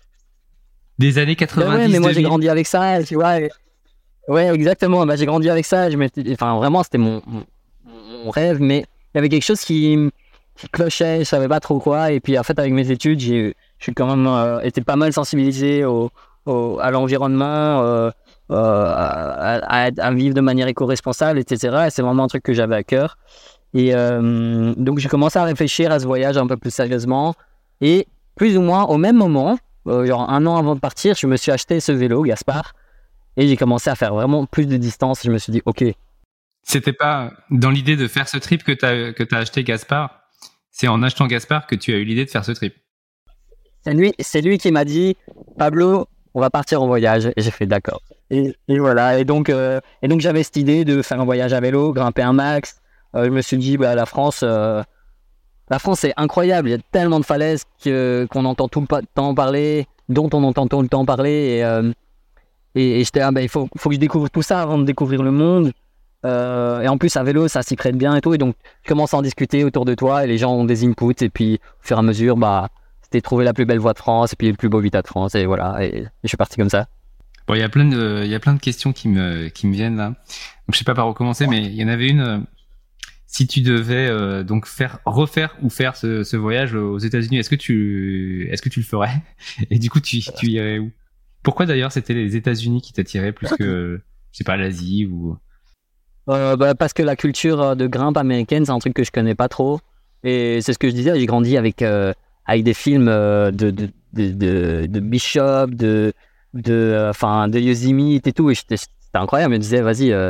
des années quatre-vingt-dix. Ouais, mais moi, deux mille. J'ai grandi avec ça, tu vois. Ouais, exactement. Bah, j'ai grandi avec ça. Je enfin, vraiment, c'était mon, mon, mon rêve, mais il y avait quelque chose qui, qui clochait. Je savais pas trop quoi. Et puis, en fait, avec mes études, j'ai, je suis quand même euh, été pas mal sensibilisé au, au, à l'environnement. Euh, Euh, à, à, à vivre de manière éco-responsable, et cetera. Et c'est vraiment un truc que j'avais à cœur. Et euh, donc, j'ai commencé à réfléchir à ce voyage un peu plus sérieusement. Et plus ou moins au même moment, euh, genre un an avant de partir, je me suis acheté ce vélo, Gaspard. Et j'ai commencé à faire vraiment plus de distance. Je me suis dit, OK. C'était pas dans l'idée de faire ce trip que tu as que tu as acheté Gaspard. C'est en achetant Gaspard que tu as eu l'idée de faire ce trip. C'est lui, c'est lui qui m'a dit, Pablo, on va partir en voyage. Et j'ai fait d'accord. Et, et voilà. Et donc, euh, et donc, j'avais cette idée de faire un voyage à vélo, grimper un max. Euh, je me suis dit, bah, la France, euh, la France, c'est incroyable. Il y a tellement de falaises que, qu'on entend tout le temps parler, dont on entend tout le temps parler. Et, euh, et, et j'étais, ah, bah, il faut, faut que je découvre tout ça avant de découvrir le monde. Euh, et en plus, à vélo, ça s'y prête bien et tout. Et donc, je commence à en discuter autour de toi et les gens ont des inputs. Et puis, au fur et à mesure, bah, c'était trouver la plus belle voie de France et puis le plus beau habitat de France. Et voilà. Et, et je suis parti comme ça. Bon, il y a plein de, il y a plein de questions qui me, qui me viennent là. Donc, je sais pas par où commencer, mais il y en avait une. Euh, si tu devais euh, donc faire, refaire ou faire ce, ce voyage aux États-Unis, est-ce que tu, est-ce que tu le ferais? Et du coup, tu, tu irais où? Pourquoi d'ailleurs c'était les États-Unis qui t'attiraient plus que, je sais pas, l'Asie ou? Euh, bah, parce que la culture de grimpe américaine, c'est un truc que je connais pas trop. Et c'est ce que je disais, j'ai grandi avec, euh, avec des films euh, de, de, de, de, de Bishop, de, de, enfin, de Yosemite et tout. Et c'était, c'était incroyable. Je me disais, vas-y, euh,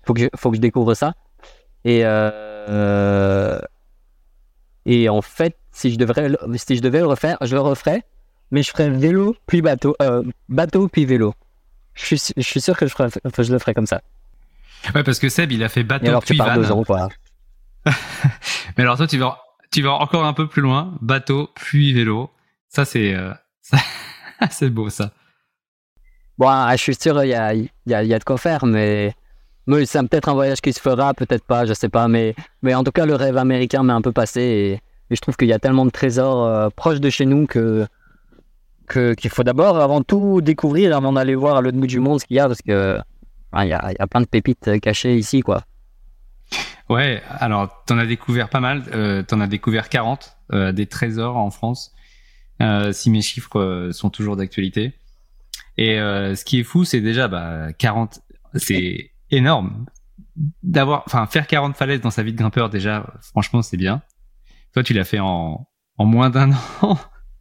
faut que je, faut que je découvre ça. Et euh, et en fait, si je devrais, le- si je devais le refaire, je le referais, mais je ferais vélo puis bateau, euh, bateau puis vélo. Je suis, su- je suis sûr que je ferais, que je le ferais comme ça. Ouais, parce que Seb, il a fait Et bateau alors tu puis pars deux van. ans, quoi. Mais alors toi, tu vas, tu vas encore un peu plus loin, bateau puis vélo. Ça, c'est, euh, ça- c'est beau ça. Bon, ah, je suis sûr, il y a, il y a, il y a de quoi faire, mais, mais c'est peut-être un voyage qui se fera, peut-être pas, je sais pas, mais, mais en tout cas, le rêve américain m'est un peu passé et, et je trouve qu'il y a tellement de trésors euh, proches de chez nous que, que, qu'il faut d'abord, avant tout, découvrir, avant d'aller voir à l'autre bout du monde ce qu'il y a, parce que ah, il y a, il y a plein de pépites euh, cachées ici, quoi. Ouais, alors t'en as découvert pas mal. Euh, t'en as découvert quarante euh, des trésors en France, euh, si mes chiffres euh, sont toujours d'actualité. Et euh, ce qui est fou, c'est déjà bah, quarante, c'est énorme. D'avoir, enfin, faire quarante falaises dans sa vie de grimpeur, déjà, franchement, c'est bien. Toi, tu l'as fait en, en moins d'un an.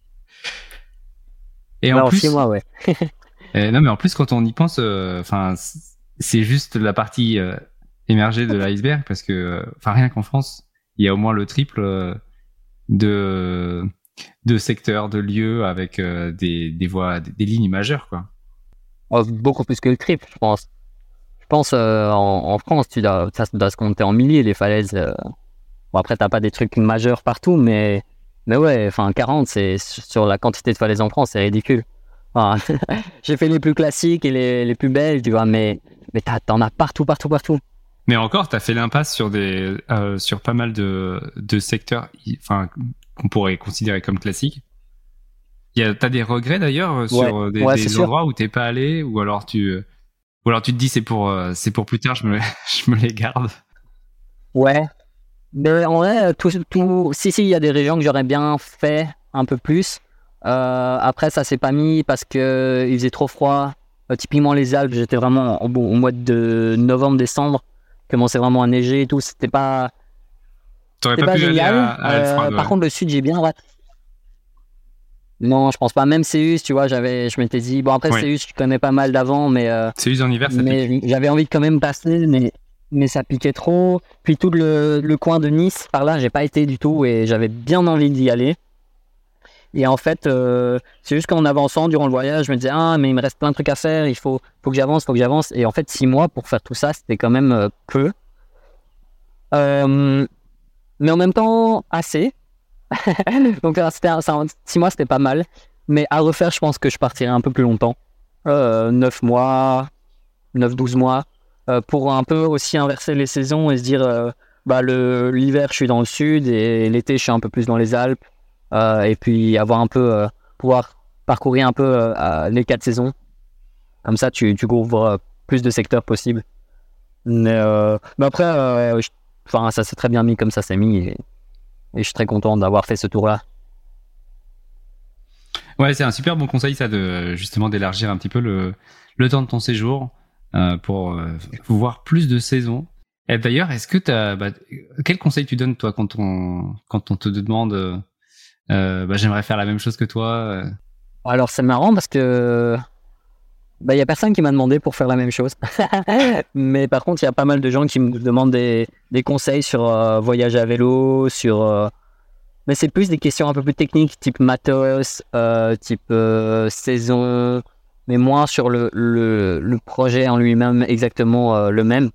Et Ouais, en en six plus, mois, ouais. euh, non, mais en plus, quand on y pense, enfin, c'est juste la partie euh, émergée de l'iceberg, parce que, enfin, rien qu'en France, il y a au moins le triple euh, de de secteurs, de lieux avec euh, des des voies, des, des lignes majeures, quoi. Oh, beaucoup plus que le triple, je pense. Je pense euh, en, en France, tu dois, ça doit se compter en milliers, les falaises. euh. Bon, après, t'as pas des trucs majeurs partout, mais, mais ouais, enfin, quarante, c'est sur la quantité de falaises en France, c'est ridicule. Enfin, j'ai fait les plus classiques et les, les plus belles, tu vois, mais, mais t'as- t'en as partout, partout, partout. Mais encore, t'as fait l'impasse sur des, euh, sur pas mal de, de secteurs, i- enfin, qu'on pourrait considérer comme classiques. Il y a, t'as des regrets d'ailleurs euh, Ouais, sur euh, des, ouais, c'est des sûr. endroits où t'es pas allé, ou alors tu, euh, ou alors tu te dis c'est pour, euh, c'est pour plus tard, je me, je me les garde. Ouais, mais en vrai, tout, tout, si, si, il y a des régions que j'aurais bien fait un peu plus. Euh, après, ça s'est pas mis parce que il faisait trop froid. Euh, typiquement, les Alpes, j'étais vraiment au, au mois de novembre-décembre, commençait vraiment à neiger et tout. C'était pas, T'aurais c'était pas pas pu aller à, génial. à Euh, Alfred, par ouais. contre, le sud, j'ai bien raté. Non, je pense pas. Même Céus, tu vois, j'avais, je m'étais dit, bon, après, Oui. Céus, je connais pas mal d'avant, mais, euh, C'est juste en hiver, ça pique. mais j'avais envie de quand même passer, mais, mais ça piquait trop. Puis tout le, le coin de Nice, par là, j'ai pas été du tout et j'avais bien envie d'y aller. Et en fait, euh, c'est juste qu'en avançant durant le voyage, je me disais, ah, mais il me reste plein de trucs à faire, il faut, faut que j'avance, faut que j'avance. Et en fait, six mois pour faire tout ça, c'était quand même euh, peu. Euh, mais en même temps, assez. Donc, euh, c'était, un- ça- six mois, c'était pas mal. Mais à refaire, je pense que je partirai un peu plus longtemps. Euh, neuf mois, neuf douze mois. Euh, pour un peu aussi inverser les saisons et se dire, euh, bah, le, l'hiver, je suis dans le sud et l'été, je suis un peu plus dans les Alpes. Euh, et puis avoir un peu, euh, pouvoir parcourir un peu euh, euh, les quatre saisons. Comme ça, tu, tu couvres euh, plus de secteurs possibles. Mais, euh, mais après, euh, je- enfin, ça s'est très bien mis comme ça s'est mis. Et, et je suis très content d'avoir fait ce tour-là. Ouais, c'est un super bon conseil, ça, de justement d'élargir un petit peu le, le temps de ton séjour euh, pour euh, voir plus de saisons. Et d'ailleurs, est-ce que t'as, bah, quel conseil tu donnes toi quand on quand on te demande, euh, euh, bah, j'aimerais faire la même chose que toi. euh. Alors, c'est marrant parce que bah, y a personne qui m'a demandé pour faire la même chose. Mais par contre, il y a pas mal de gens qui me demandent des, des conseils sur euh, voyager à vélo, sur. euh, Mais c'est plus des questions un peu plus techniques, type matos, euh, type euh, saison, mais moins sur le, le, le projet en lui-même exactement euh, le même.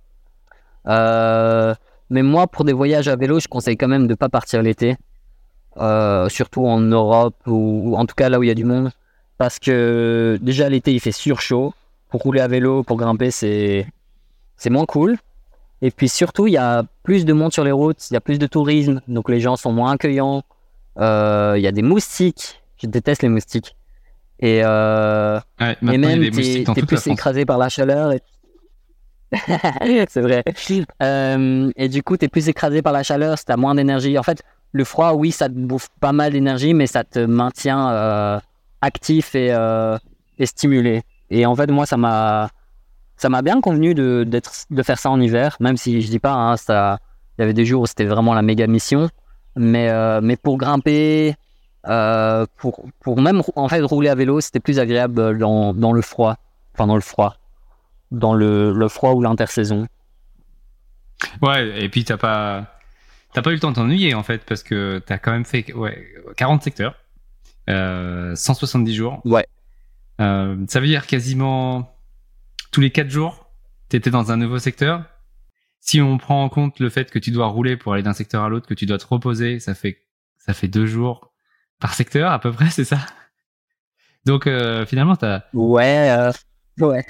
Euh, mais moi, pour des voyages à vélo, je conseille quand même de ne pas partir l'été, euh, surtout en Europe ou, ou en tout cas là où il y a du monde. Parce que déjà l'été, il fait surchaud. Pour rouler à vélo, pour grimper, c'est, c'est moins cool. Et puis surtout, il y a plus de monde sur les routes, il y a plus de tourisme, donc les gens sont moins accueillants. Euh, Il y a des moustiques, je déteste les moustiques. Et, euh, Ouais, et maintenant il y a même, des moustiques t'es, dans t'es toute la plus France. écrasé par la chaleur. Et... c'est vrai. Euh, et du coup, t'es plus écrasé par la chaleur, si t'as moins d'énergie. En fait, le froid, oui, ça te bouffe pas mal d'énergie, mais ça te maintient euh, actif et, euh, et stimulé. Et en fait, moi, ça m'a, ça m'a bien convenu de, d'être, de faire ça en hiver, même si je dis pas, hein, ça, il y avait des jours où c'était vraiment la méga mission. Mais, euh, mais pour grimper, euh, pour, pour même en fait rouler à vélo, c'était plus agréable dans, dans le froid. Enfin, dans le froid. dans le, le froid ou l'intersaison. Ouais, et puis t'as pas, t'as pas eu le temps de t'ennuyer en fait, parce que t'as quand même fait ouais, quarante secteurs, euh, cent soixante-dix jours. Ouais. Euh, ça veut dire quasiment tous les quatre jours, t'étais dans un nouveau secteur. Si on prend en compte le fait que tu dois rouler pour aller d'un secteur à l'autre, que tu dois te reposer, ça fait, ça fait deux jours par secteur à peu près, c'est ça? Donc euh, finalement, t'as, Ouais, euh, ouais.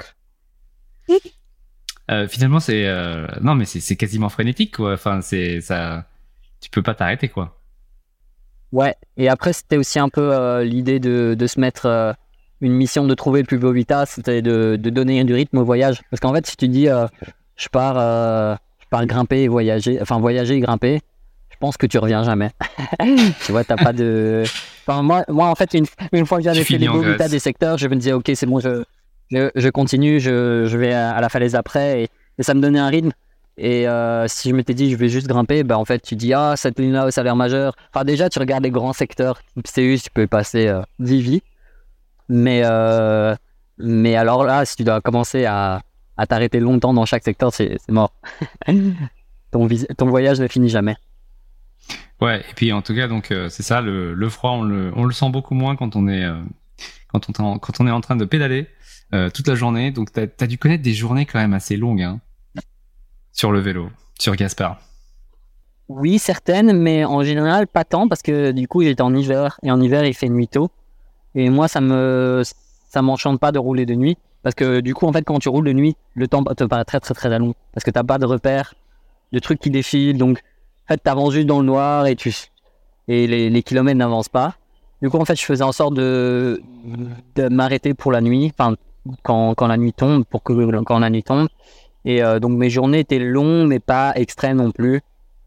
euh, finalement c'est, euh, non mais c'est, c'est quasiment frénétique quoi. Enfin c'est ça, tu peux pas t'arrêter quoi. Ouais, et après, c'était aussi un peu euh, l'idée de, de se mettre euh, une mission de trouver le plus beau habitat, c'était de, de donner du rythme au voyage. Parce qu'en fait, si tu dis euh, je pars, euh, je pars grimper et voyager, enfin voyager et grimper, je pense que tu reviens jamais. Tu vois, t'as pas de. Enfin, moi, moi, en fait, une, une fois que j'avais Tu fait les finis en beaux habitats Grèce. des secteurs, je me disais, ok, c'est bon, je, je, je continue, je, je vais à, à la falaise après, et, et ça me donnait un rythme. Et euh, si je m'étais dit, je vais juste grimper, bah, en fait, tu dis, ah, cette ligne-là au salaire majeur. Enfin, déjà, tu regardes les grands secteurs, type C U, tu peux y passer euh, Vivi. Mais, euh, mais alors là, si tu dois commencer à, à t'arrêter longtemps dans chaque secteur, c'est, c'est mort. ton, vis- ton voyage ne finit jamais. Ouais, et puis en tout cas, donc euh, c'est ça, le, le froid, on le, on le sent beaucoup moins quand on est, euh, quand on, est en- quand on est en train de pédaler euh, toute la journée. Donc t'as, t'as dû connaître des journées quand même assez longues hein, sur le vélo, sur Gaspard. Oui, certaines, mais en général, pas tant, parce que du coup, j'étais en hiver, et en hiver, il fait nuit tôt. Et moi, ça me, ça m'enchante pas de rouler de nuit, parce que du coup, en fait, quand tu roules de nuit, le temps te paraît très, très, très long, parce que t'as pas de repères, de trucs qui défilent, donc, en fait, t'avances juste dans le noir, et tu, et les, les kilomètres n'avancent pas. Du coup, en fait, je faisais en sorte de, de m'arrêter pour la nuit, enfin, quand, quand la nuit tombe, pour que, quand la nuit tombe. Et euh, donc, mes journées étaient longues, mais pas extrêmes non plus.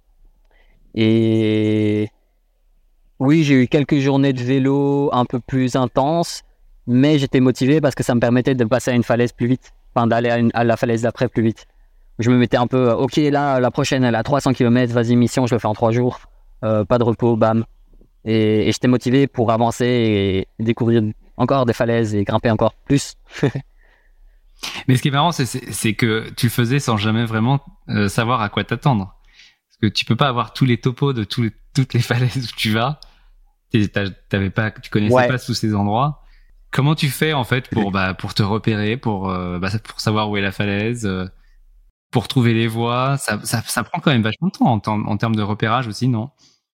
Et oui, j'ai eu quelques journées de vélo un peu plus intenses, mais j'étais motivé parce que ça me permettait de passer à une falaise plus vite, enfin d'aller à, une- à la falaise d'après plus vite. Je me mettais un peu, euh, ok, là, la prochaine, elle a trois cents kilomètres, vas-y, mission, je le fais en trois jours, euh, pas de repos, bam. Et, et j'étais motivé pour avancer et découvrir encore des falaises et grimper encore plus. Mais ce qui est marrant, c'est, c'est, c'est que tu le faisais sans jamais vraiment euh, savoir à quoi t'attendre. Parce que tu peux pas avoir tous les topos de tous les- toutes les falaises où tu vas. T'es- t'as- T'avais pas, tu connaissais Ouais. pas tous ces endroits. Comment tu fais en fait pour bah pour te repérer, pour euh, bah, pour savoir où est la falaise, euh, pour trouver les voies? Ça, ça ça prend quand même vachement de temps en, termes- en termes de repérage aussi, non?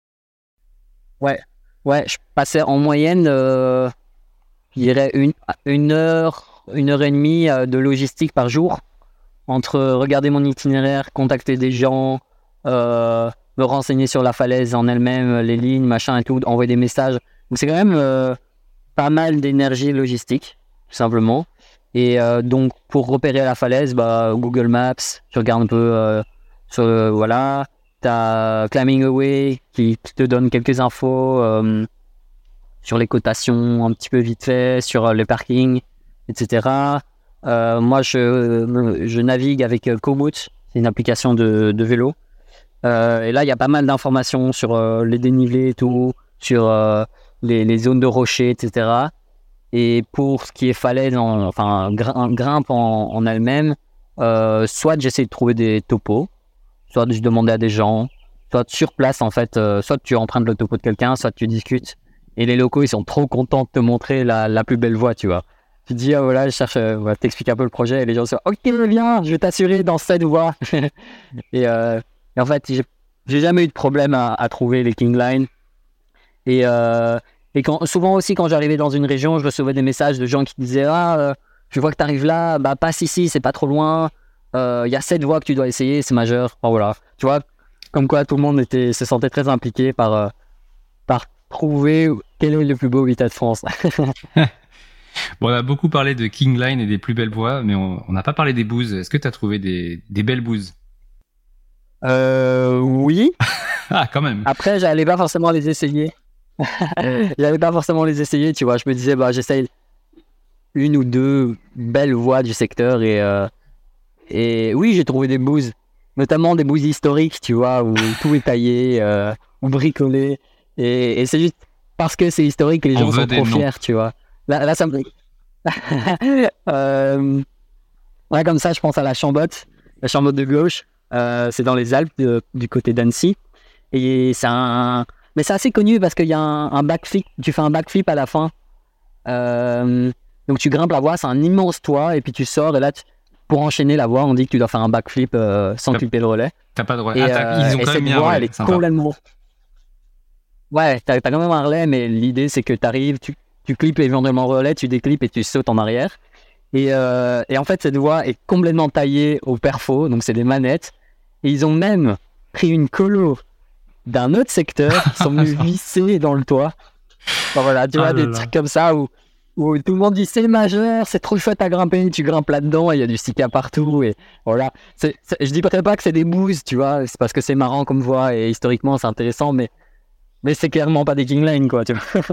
Ouais, ouais, je passais en moyenne, euh, je dirais une, une heure, une heure et demie euh, de logistique par jour, entre regarder mon itinéraire, contacter des gens, euh, me renseigner sur la falaise en elle-même, les lignes, machin et tout, envoyer des messages. Donc c'est quand même euh, pas mal d'énergie logistique, tout simplement. Et euh, donc pour repérer la falaise, bah, Google Maps, je regarde un peu euh, sur le, voilà. T'as Climbing Away qui, qui te donne quelques infos euh, sur les cotations un petit peu vite fait, sur euh, les parkings, et cetera. Euh, moi, je, je navigue avec euh, Komoot, c'est une application de, de vélo. Euh, et là, il y a pas mal d'informations sur euh, les dénivelés et tout, sur euh, les, les zones de rochers, et cetera. Et pour ce qui est falaise, en, enfin grim- grimpe en, en elle-même, euh, soit j'essaie de trouver des topos, soit je demandais à des gens, soit sur place en fait, euh, soit tu empruntes le topo de quelqu'un, soit tu discutes. Et les locaux, ils sont trop contents de te montrer la, la plus belle voie, tu vois. Tu te dis, ah voilà, je cherche, euh, voilà, t'expliques un peu le projet, et les gens sont, ok, viens, je vais t'assurer dans cette voie. et, euh, et en fait, j'ai, j'ai jamais eu de problème à, à trouver les King Line. Et, euh, et quand, souvent aussi, quand j'arrivais dans une région, je recevais des messages de gens qui disaient, ah, euh, je vois que tu arrives là, bah passe ici, c'est pas trop loin. Il euh, y a cette voie que tu dois essayer, c'est majeur. Enfin, voilà. Tu vois, comme quoi tout le monde était, se sentait très impliqué par, euh, par trouver quel est le plus beau habitat de France. Bon, on a beaucoup parlé de King Line et des plus belles voies, mais on on n'a pas parlé des bouses. Est-ce que tu as trouvé des, des belles bouses? Euh, oui. Ah, quand même. Après, j'allais pas forcément les essayer. J'allais pas forcément les essayer, tu vois. Je me disais, bah, j'essaye une ou deux belles voies du secteur et, euh, et oui, j'ai trouvé des bouses, notamment des bouses historiques, tu vois, où tout est taillé euh, ou bricolé. Et, et c'est juste parce que c'est historique que les On gens veut sont des trop noms. fiers, tu vois. Là, là ça me. euh, Ouais, comme ça, je pense à la Chambotte. La Chambotte de gauche, euh, c'est dans les Alpes, de, du côté d'Annecy. Et c'est un... Mais c'est assez connu parce qu'il y a un, un backflip. Tu fais un backflip à la fin. Euh, donc tu grimpes la voie, c'est un immense toit. Et puis tu sors. Et là, tu... pour enchaîner la voie, on dit que tu dois faire un backflip euh, sans T'as... clipper le relais. T'as pas de relais. Et, ah, euh, ils ont et quand cette même mis un voie, relais. elle est Sympa. complètement... Ouais, t'as, t'as quand même un relais, mais l'idée, c'est que t'arrives, tu, tu clips éventuellement le relais, tu déclips et tu sautes en arrière. Et, euh, et en fait, cette voie est complètement taillée au perfo, donc c'est des manettes. Et ils ont même pris une colo d'un autre secteur, qui sont venus visser dans le toit. Enfin, voilà, tu vois, Ah des là là. trucs comme ça où, où tout le monde dit c'est majeur, c'est trop chouette à grimper, tu grimpes là-dedans, il y a du sika partout. Et voilà, c'est, c'est, je dirais pas que c'est des boosts, tu vois, c'est parce que c'est marrant comme voie et historiquement c'est intéressant, mais, mais c'est clairement pas des King Lane, quoi, tu vois.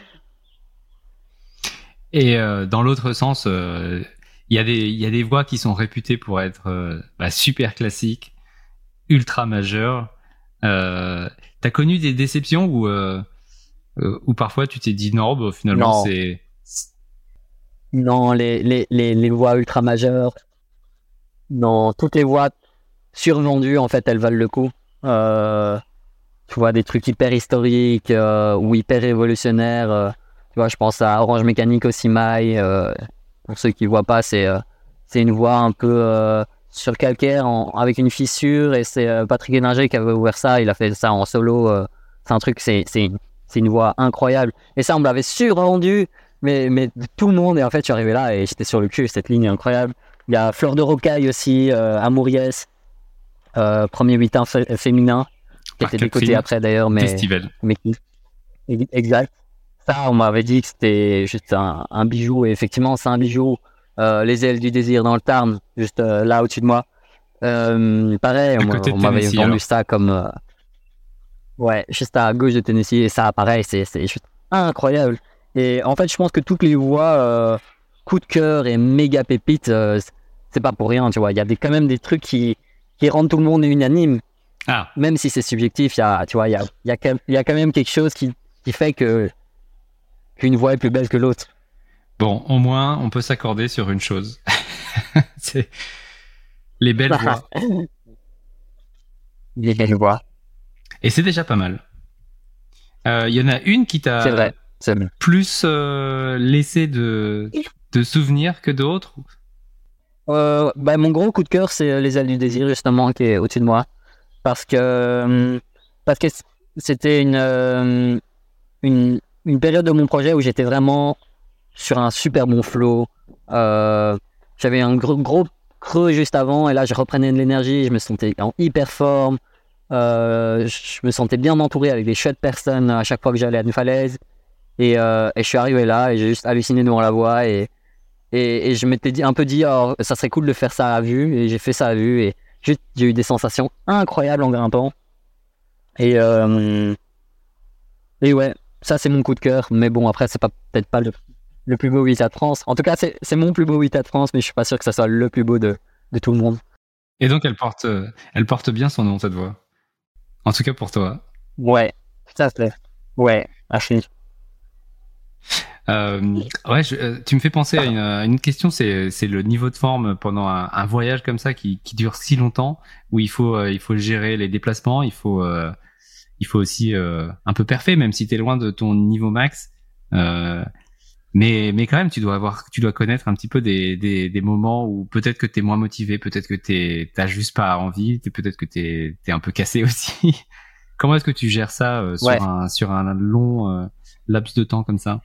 Et euh, dans l'autre sens, il euh, y, y a des voies qui sont réputées pour être euh, bah, super classiques, ultra majeures. Euh, t'as connu des déceptions où, euh, euh, où parfois tu t'es dit non, bah, finalement Non. c'est... Non, les, les, les, les voies ultra majeures, non, toutes les voies survendues, en fait, elles valent le coup. Euh, tu vois, des trucs hyper historiques euh, ou hyper révolutionnaires. Euh, tu vois, je pense à Orange Mécanique au Simaï. Euh, pour ceux qui ne voient pas, c'est, euh, c'est une voie un peu euh, sur calcaire en, avec une fissure. Et c'est euh, Patrick Héninger qui avait ouvert ça. Il a fait ça en solo. Euh, c'est un truc, c'est, c'est, c'est une voie incroyable. Et ça, on me l'avait survendu. Mais, mais tout le monde, et en fait, je suis arrivé là et j'étais sur le cul. Cette ligne est incroyable. Il y a Fleur de Rocaille aussi, euh, à Mouriès, euh, premier huit ans f- féminin, qui a été décoté après d'ailleurs. Mais, Festival. mais exact. Ça, on m'avait dit que c'était juste un, un bijou. Et effectivement, c'est un bijou. Euh, les ailes du désir dans le Tarn, juste euh, là au-dessus de moi. Euh, pareil, on, on m'avait vendu alors. ça comme. Euh, ouais, juste à gauche de Tennessee. Et ça, pareil, c'est, c'est juste incroyable. Et en fait, je pense que toutes les voix euh, coup de cœur et méga pépites, euh, c'est pas pour rien, tu vois. Il y a des, quand même des trucs qui, qui rendent tout le monde unanime. Ah. Même si c'est subjectif, il y a, tu vois, il y a, il y a, il y a quand même quelque chose qui, qui fait que, qu'une voix est plus belle que l'autre. Bon, au moins, on peut s'accorder sur une chose. C'est les belles voix. Les belles voix. Et c'est déjà pas mal. Il euh, y en a une qui t'a... C'est vrai. C'est plus euh, laissé de, de souvenirs que d'autres euh, bah, mon gros coup de cœur, c'est Les Ailes du Désir, justement, qui est au-dessus de moi. Parce que, parce que c'était une, une, une période de mon projet où j'étais vraiment sur un super bon flow. Euh, j'avais un gros, gros creux juste avant, et là, je reprenais de l'énergie, je me sentais en hyper forme. Euh, je me sentais bien entouré avec des chouettes personnes à chaque fois que j'allais à une falaise. Et, euh, et je suis arrivé là et j'ai juste halluciné devant la voie et, et, et je m'étais dit, un peu dit oh, ça serait cool de faire ça à vue, et j'ai fait ça à vue et juste, j'ai eu des sensations incroyables en grimpant et, euh, et ouais, ça c'est mon coup de cœur. Mais bon, après c'est pas, peut-être pas le, le plus beau huit A de France, en tout cas c'est, c'est mon plus beau huit A de France, mais je suis pas sûr que ça soit le plus beau de, de tout le monde. Et donc elle porte, elle porte bien son nom, cette voie, en tout cas pour toi. Ouais, ça c'est ouais, assez. Euh, ouais, je, euh, tu me fais penser à une, à une question, c'est, c'est le niveau de forme pendant un, un voyage comme ça qui, qui dure si longtemps, où il faut, euh, il faut gérer les déplacements, il faut, euh, il faut aussi euh, un peu parfait, même si t'es loin de ton niveau max. Euh, mais, mais quand même, tu dois avoir, tu dois connaître un petit peu des, des, des moments où peut-être que t'es moins motivé, peut-être que t'es, t'as juste pas envie, peut-être que t'es, t'es un peu cassé aussi. Comment est-ce que tu gères ça euh, sur ouais. un, sur un long euh, laps de temps comme ça?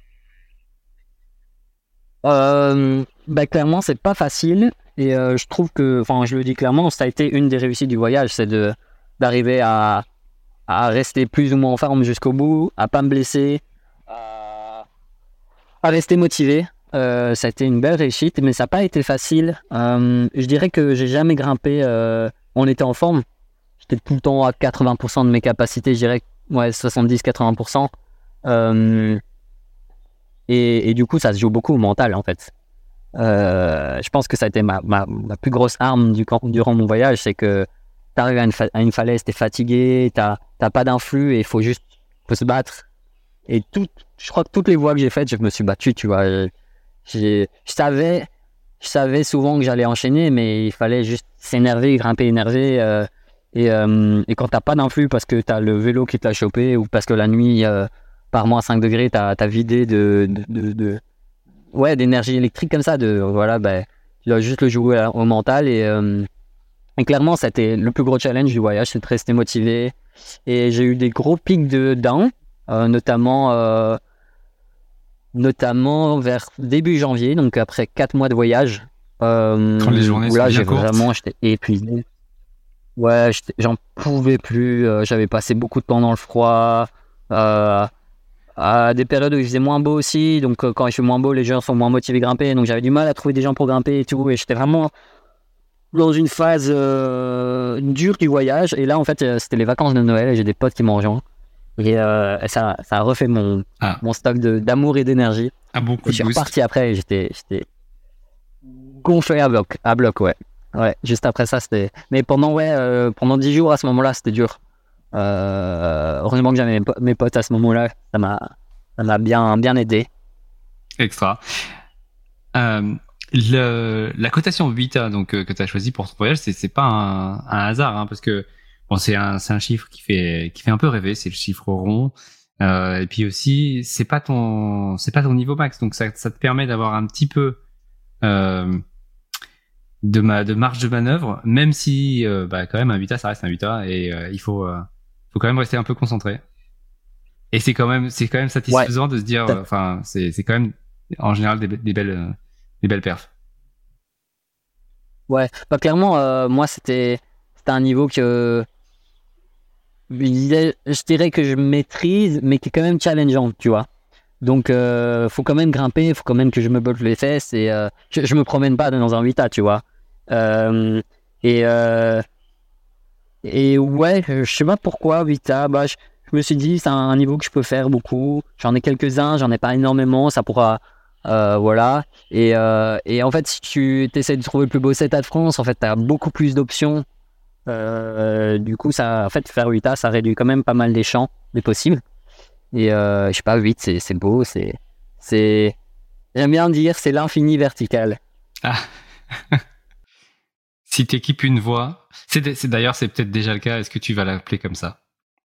Euh, bah clairement c'est pas facile et euh, je trouve que, enfin je le dis clairement, ça a été une des réussites du voyage, c'est de d'arriver à, à rester plus ou moins en forme jusqu'au bout, à pas me blesser, à, à rester motivé. Euh, ça a été une belle réussite, mais ça n'a pas été facile. Euh, je dirais que j'ai jamais grimpé euh, en étant en forme. J'étais tout le temps à quatre-vingts pour cent de mes capacités, je dirais ouais soixante-dix à quatre-vingts pour cent. Euh, Et, et du coup, ça se joue beaucoup au mental, en fait. Euh, je pense que ça a été ma, ma, ma plus grosse arme du, durant mon voyage, c'est que tu arrives à une, fa- à une falaise, tu es fatigué, tu n'as pas d'influx et il faut juste faut se battre. Et tout, je crois que toutes les voies que j'ai faites, je me suis battu, tu vois. J'ai, je savais je savais souvent que j'allais enchaîner, mais il fallait juste s'énerver, grimper énervé. Euh, et, euh, et quand t'as pas d'influx parce que t'as le vélo qui te l'a chopé ou parce que la nuit, euh, par moins cinq degrés, t'as, t'as vidé de, de, de, de ouais, d'énergie électrique comme ça, de voilà, ben, tu dois juste le jouer au mental. Et, euh, et clairement, c'était le plus gros challenge du voyage, c'est de rester motivé. Et j'ai eu des gros pics de down, euh, notamment, euh, notamment vers début janvier, donc après quatre mois de voyage. Euh, Quand les journées où sont là, bien j'ai courtes. vraiment, j'étais épuisé. Ouais, j'étais- j'en pouvais plus. euh, j'avais passé beaucoup de temps dans le froid. Euh, à des périodes où il faisait moins beau aussi. Donc, euh, quand il fait moins beau, les gens sont moins motivés à grimper. Donc, j'avais du mal à trouver des gens pour grimper et tout. Et j'étais vraiment dans une phase euh, dure du voyage. Et là, en fait, euh, c'était les vacances de Noël et j'ai des potes qui m'ont rejoint. Et euh, ça, ça a refait mon, Ah. mon stock de, d'amour et d'énergie. Un bon Et coup je de suis boost. reparti après et j'étais, j'étais gonflé à bloc, à bloc, ouais. Ouais, juste après ça, c'était. Mais pendant, ouais, euh, pendant dix jours à ce moment-là, c'était dur. Euh, heureusement que j'avais mes, po- mes potes à ce moment-là, ça m'a, ça m'a bien, bien aidé. Extra. Euh, le, la cotation Vita donc euh, que tu as choisi pour ton voyage, c'est c'est pas un, un hasard, hein, parce que bon, c'est un c'est un chiffre qui fait qui fait un peu rêver, c'est le chiffre rond. Euh, et puis aussi, c'est pas ton c'est pas ton niveau max, donc ça ça te permet d'avoir un petit peu euh, de ma de marge de manœuvre, même si euh, bah quand même un Vita ça reste un Vita et euh, il faut euh, faut quand même rester un peu concentré. Et c'est quand même c'est quand même satisfaisant de se dire, T'as- enfin c'est c'est quand même en général des, be- des belles euh, des belles perfs. Ouais, bah, clairement, euh, moi, c'était, c'était un niveau que je dirais que je maîtrise, mais qui est quand même challengeant, tu vois. Donc, euh, faut quand même grimper, faut quand même que je me botte les fesses et euh, je, je me promène pas dans un Vita, tu vois. Euh, et, euh, et ouais, je sais pas pourquoi Vita, bah, je, je me suis dit, c'est un niveau que je peux faire beaucoup. J'en ai quelques-uns, j'en ai pas énormément, ça pourra, euh, voilà. Et, euh, et en fait, si tu essaies de trouver le plus beau setup de France, en fait, tu as beaucoup plus d'options. Euh, du coup, ça, en fait, faire Vita, ça réduit quand même pas mal des champs, des possibles. Et euh, je sais pas, huit, c'est, c'est beau, c'est, c'est, j'aime bien dire, c'est l'infini vertical. Ah. Si t'équipes une voie, c'est, c'est d'ailleurs c'est peut-être déjà le cas. Est-ce que tu vas l'appeler comme ça?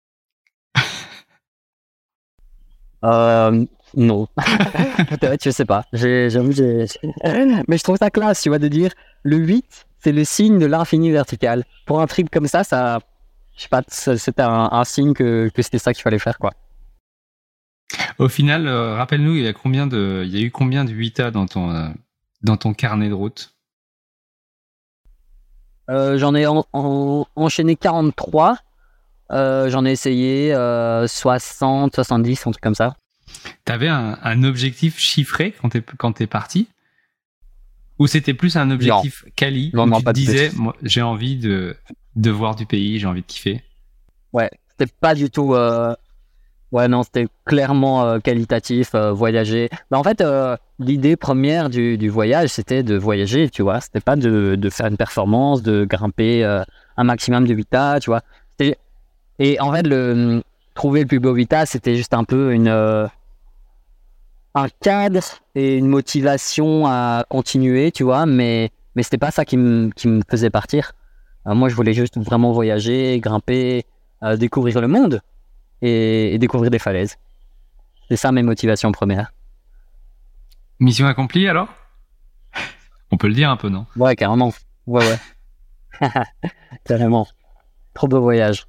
Euh, non. Peut-être, je sais pas. J'ai, j'avoue, j'ai... Mais je trouve ça classe, tu vois, de dire le huit, c'est le signe de l'infini vertical. Pour un trip comme ça, ça, je sais pas, ça- c'était un, un signe que, que c'était ça qu'il fallait faire, quoi. Au final, euh, rappelle-nous, il y a combien de, il y a eu combien de Vita dans ton euh, dans ton carnet de route? Euh, j'en ai en- en- enchaîné quarante-trois. Euh, j'en ai essayé euh, soixante, soixante-dix, un truc comme ça. T'avais un, un objectif chiffré quand t'es quand t'es parti, ou c'était plus un objectif quali Non, où non, tu te pas de disais, plus. moi, j'ai envie de de voir du pays, j'ai envie de kiffer. Ouais, c'était pas du tout. euh, Ouais, non, c'était clairement euh, qualitatif, euh, voyager. Bah, en fait, euh, l'idée première du, du voyage, c'était de voyager, tu vois. C'était pas de, de faire une performance, de grimper euh, un maximum de Vita, tu vois. C'était- Et en fait, le, trouver le plus beau Vita, c'était juste un peu une, euh, un cadre et une motivation à continuer, tu vois. Mais, mais c'était pas ça qui me qui me faisait partir. Euh, moi, je voulais juste vraiment voyager, grimper, euh, découvrir le monde et, et découvrir des falaises. C'est ça mes motivations premières. Mission accomplie alors? On peut le dire un peu, non? Ouais, carrément. Ouais, ouais. Carrément. Trop beau voyage.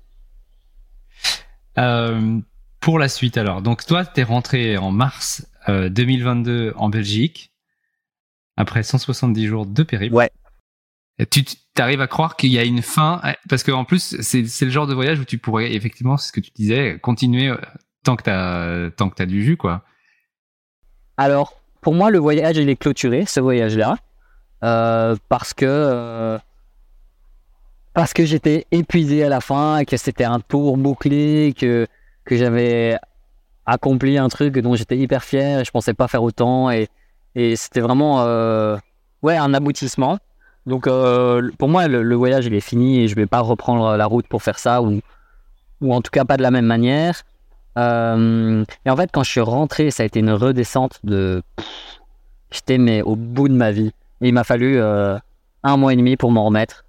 Euh, pour la suite alors, donc toi, t'es rentré en mars euh, deux mille vingt-deux en Belgique après cent soixante-dix jours de périple. Ouais. Et tu arrives à croire qu'il y a une fin, parce qu'en plus, c'est, c'est le genre de voyage où tu pourrais effectivement, c'est ce que tu disais, continuer euh, tant que t'as tant que t'as du jus, quoi. Alors, pour moi, le voyage, il est clôturé, ce voyage-là, euh, parce que euh, parce que j'étais épuisé à la fin, que c'était un tour bouclé, que que j'avais accompli un truc dont j'étais hyper fier. Et je pensais pas faire autant, et et c'était vraiment euh, ouais un aboutissement. Donc euh, pour moi, le, le voyage, il est fini et je vais pas reprendre la route pour faire ça, ou ou en tout cas pas de la même manière. Euh, et en fait, quand je suis rentré, ça a été une redescente de... Pff, j'étais mais au bout de ma vie. Et il m'a fallu euh, un mois et demi pour m'en remettre.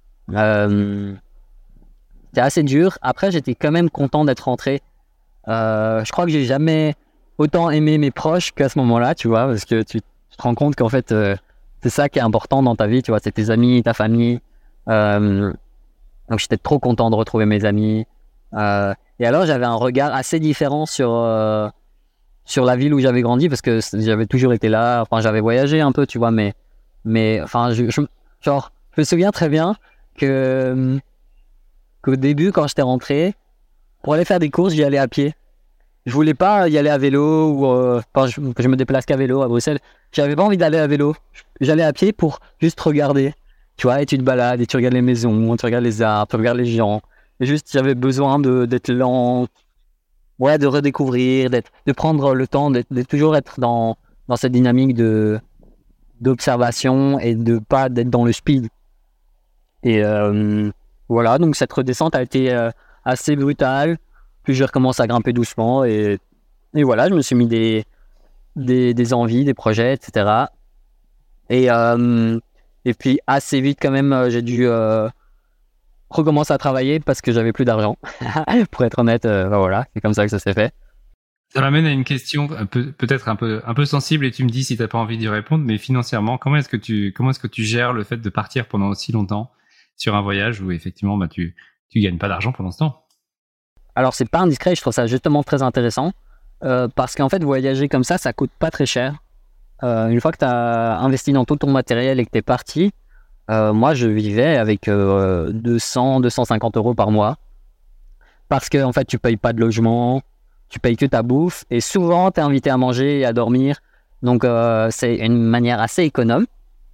Euh, c'était assez dur. Après, j'étais quand même content d'être rentré. Euh, je crois que j'ai jamais autant aimé mes proches qu'à ce moment-là, tu vois, parce que tu, tu te rends compte qu'en fait, euh, c'est ça qui est important dans ta vie, tu vois, c'est tes amis, ta famille. Euh, donc, j'étais trop content de retrouver mes amis. Euh, et alors, j'avais un regard assez différent sur... Euh, sur la ville où j'avais grandi parce que j'avais toujours été là, enfin j'avais voyagé un peu, tu vois, mais mais enfin je, je genre je me souviens très bien que qu'au début quand j'étais rentré pour aller faire des courses, j'y allais à pied. Je voulais pas y aller à vélo ou euh, enfin je, je me déplace qu'à vélo à Bruxelles. J'avais pas envie d'aller à vélo. J'allais à pied pour juste regarder. Tu vois, et tu te balades et tu regardes les maisons, tu regardes les arbres, tu regardes les gens. Et juste j'avais besoin de d'être lent. Ouais, de redécouvrir, d'être, de prendre le temps, d'être, de toujours être dans, dans cette dynamique de, d'observation et de pas d'être dans le speed. Et euh, voilà, donc cette redescente a été euh, assez brutale. Puis j'ai recommencé à grimper doucement et, et voilà, je me suis mis des, des, des envies, des projets, et cetera. Et, euh, et puis assez vite quand même, j'ai dû euh, recommencer à travailler parce que j'avais plus d'argent. Pour être honnête, euh, ben voilà, c'est comme ça que ça s'est fait. Ça m'amène à une question peut, peut-être un peu un peu sensible et tu me dis si t'as pas envie d'y répondre, mais financièrement, comment est-ce que tu comment est-ce que tu gères le fait de partir pendant aussi longtemps sur un voyage où effectivement bah tu tu gagnes pas d'argent pendant ce temps? Alors c'est pas indiscret, je trouve ça justement très intéressant euh, parce qu'en fait voyager comme ça, ça coûte pas très cher. Euh, une fois que tu as investi dans tout ton matériel et que t'es parti, euh, moi je vivais avec euh, deux cents, deux cent cinquante euros par mois parce que en fait tu payes pas de logement. Tu payes que ta bouffe et souvent tu es invité à manger et à dormir. Donc euh, c'est une manière assez économe.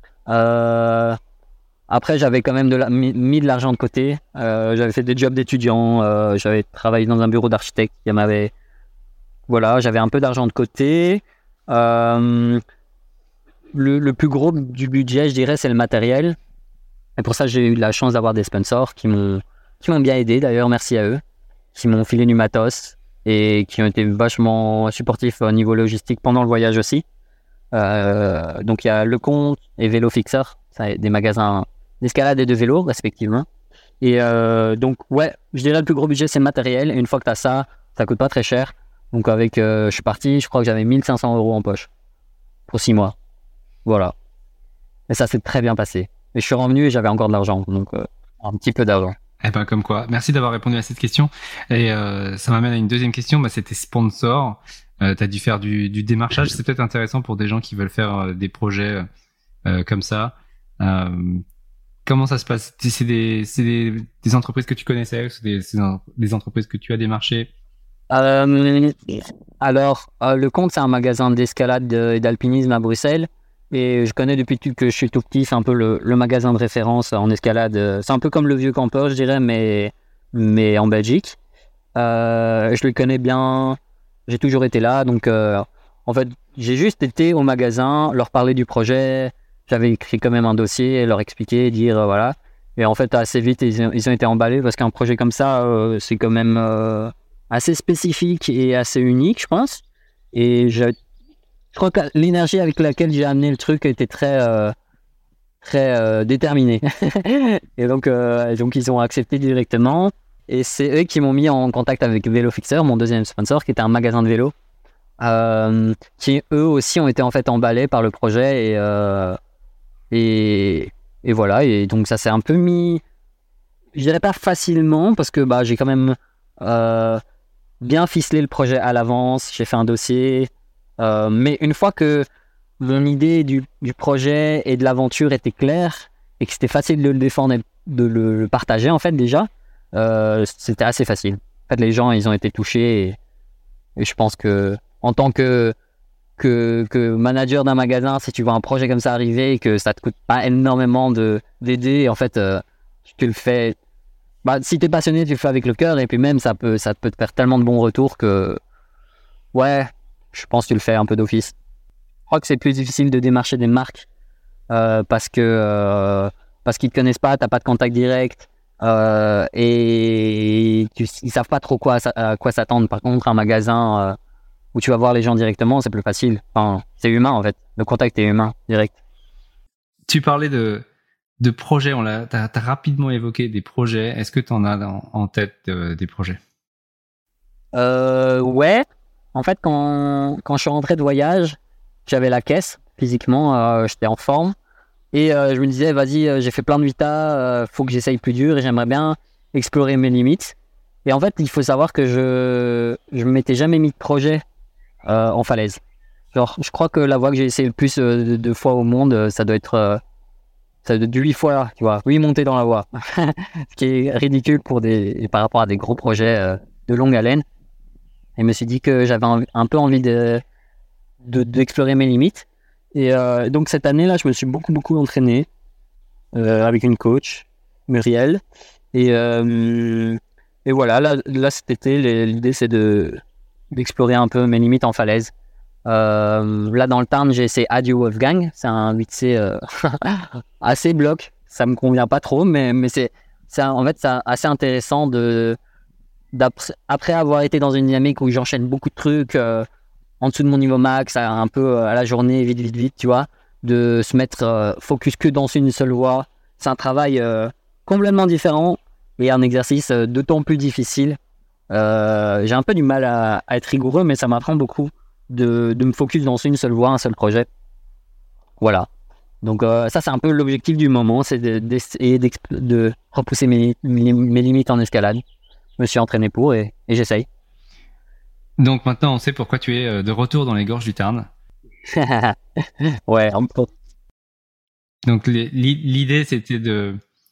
Euh, après j'avais quand même de la, mis, mis de l'argent de côté. Euh, j'avais fait des jobs d'étudiant. Euh, j'avais travaillé dans un bureau d'architecte qui m'avait... Voilà, j'avais un peu d'argent de côté. Euh, le, le plus gros du budget, je dirais, c'est le matériel. Et pour ça, j'ai eu la chance d'avoir des sponsors qui m'ont, qui m'ont bien aidé. D'ailleurs, merci à eux. Qui m'ont filé du matos et qui ont été vachement supportifs au niveau logistique pendant le voyage aussi. Euh, donc il y a Lecomte et Vélo Fixer, ça, des magasins d'escalade et de vélo respectivement. Et euh, donc ouais, je dirais le plus gros budget c'est le matériel. Et une fois que tu as ça, ça coûte pas très cher. Donc avec, euh, je suis parti, je crois que j'avais mille cinq cents euros en poche pour six mois. Voilà. Et ça s'est très bien passé. Et je suis revenu et j'avais encore de l'argent, donc euh, un petit peu d'argent. Eh ben comme quoi. Merci d'avoir répondu à cette question. Et euh, ça m'amène à une deuxième question. Bah, c'était sponsor. Euh, tu as dû faire du, du démarchage. C'est peut-être intéressant pour des gens qui veulent faire euh, des projets euh, comme ça. Euh, comment ça se passe? C'est des, c'est des, des entreprises que tu connaissais? C'est des, c'est des entreprises que tu as démarchées? euh, Alors, euh, le Compte, c'est un magasin d'escalade et d'alpinisme à Bruxelles. Et je connais depuis que je suis tout petit, c'est un peu le, le magasin de référence en escalade. C'est un peu comme le Vieux Campeur, je dirais, mais, mais en Belgique. Euh, je le connais bien, j'ai toujours été là. Donc, euh, en fait, j'ai juste été au magasin, leur parler du projet. J'avais écrit quand même un dossier, leur expliquer, dire euh, voilà. Et en fait, assez vite, ils ont, ils ont été emballés parce qu'un projet comme ça, euh, c'est quand même euh, assez spécifique et assez unique, je pense. Et je Je crois que l'énergie avec laquelle j'ai amené le truc était très, euh, très euh, déterminée. Et donc, euh, donc, ils ont accepté directement. Et c'est eux qui m'ont mis en contact avec Vélo Fixer, mon deuxième sponsor, qui était un magasin de vélo, euh, qui eux aussi ont été en fait emballés par le projet. Et, euh, et, et voilà. Et donc, ça s'est un peu mis, je dirais pas facilement, parce que bah, j'ai quand même euh, bien ficelé le projet à l'avance. J'ai fait un dossier. Euh, mais une fois que mon idée du, du projet et de l'aventure était claire et que c'était facile de le défendre et de le, le partager en fait déjà, euh, c'était assez facile. En fait, les gens ils ont été touchés et, et je pense que en tant que, que, que manager d'un magasin, si tu vois un projet comme ça arriver et que ça te coûte pas énormément de, d'aider, en fait, euh, tu le fais. Bah, si t'es passionné, tu le fais avec le cœur et puis même ça peut, ça peut te faire tellement de bons retours que ouais. Je pense que tu le fais un peu d'office. Je crois que c'est plus difficile de démarcher des marques euh, parce que euh, parce qu'ils te connaissent pas, t'as pas de contact direct euh, et tu, ils savent pas trop quoi à quoi s'attendre. Par contre, un magasin euh, où tu vas voir les gens directement, c'est plus facile. Enfin, c'est humain en fait. Le contact est humain, direct. tu parlais de, de projets, on l'a, t'as, t'as rapidement évoqué des projets. Est-ce que tu en as en, en tête euh, des projets? Euh, ouais. En fait, quand, quand je suis rentré de voyage, j'avais la caisse, physiquement, euh, j'étais en forme. Et euh, je me disais, vas-y, euh, j'ai fait plein de vita, euh, faut que j'essaye plus dur et j'aimerais bien explorer mes limites. Et en fait, il faut savoir que je je m'étais jamais mis de projet euh, en falaise. Genre, je crois que la voie que j'ai essayé le plus euh, de, de fois au monde, euh, ça doit être euh, ça doit être huit fois, tu vois, huit montées dans la voie. Ce qui est ridicule pour des par rapport à des gros projets euh, de longue haleine. Et je me suis dit que j'avais un, un peu envie de, de d'explorer mes limites. Et euh, donc cette année-là, je me suis beaucoup beaucoup entraîné euh, avec une coach, Muriel. Et euh, et voilà, là, là cet été, l'idée c'est de d'explorer un peu mes limites en falaise. Euh, là dans le Tarn, j'ai essayé Adieu Wolfgang, c'est un huit C euh, assez bloc, ça me convient pas trop, mais mais c'est c'est en fait c'est assez intéressant de d'après après avoir été dans une dynamique où j'enchaîne beaucoup de trucs. Euh, en dessous de mon niveau max, un peu à la journée, vite, vite, vite, tu vois, de se mettre euh, focus que dans une seule voie. C'est un travail euh, complètement différent et un exercice euh, d'autant plus difficile. Euh, j'ai un peu du mal à, à être rigoureux, mais ça m'apprend beaucoup de, de me focus dans une seule voie, un seul projet. Voilà. Donc euh, ça, c'est un peu l'objectif du moment, c'est de, d'essayer de repousser mes, mes, mes limites en escalade. Je me suis entraîné pour et, et j'essaye. Donc maintenant, on sait pourquoi tu es de retour dans les gorges du Tarn. Ouais, un peu. Donc l'idée, c'était de,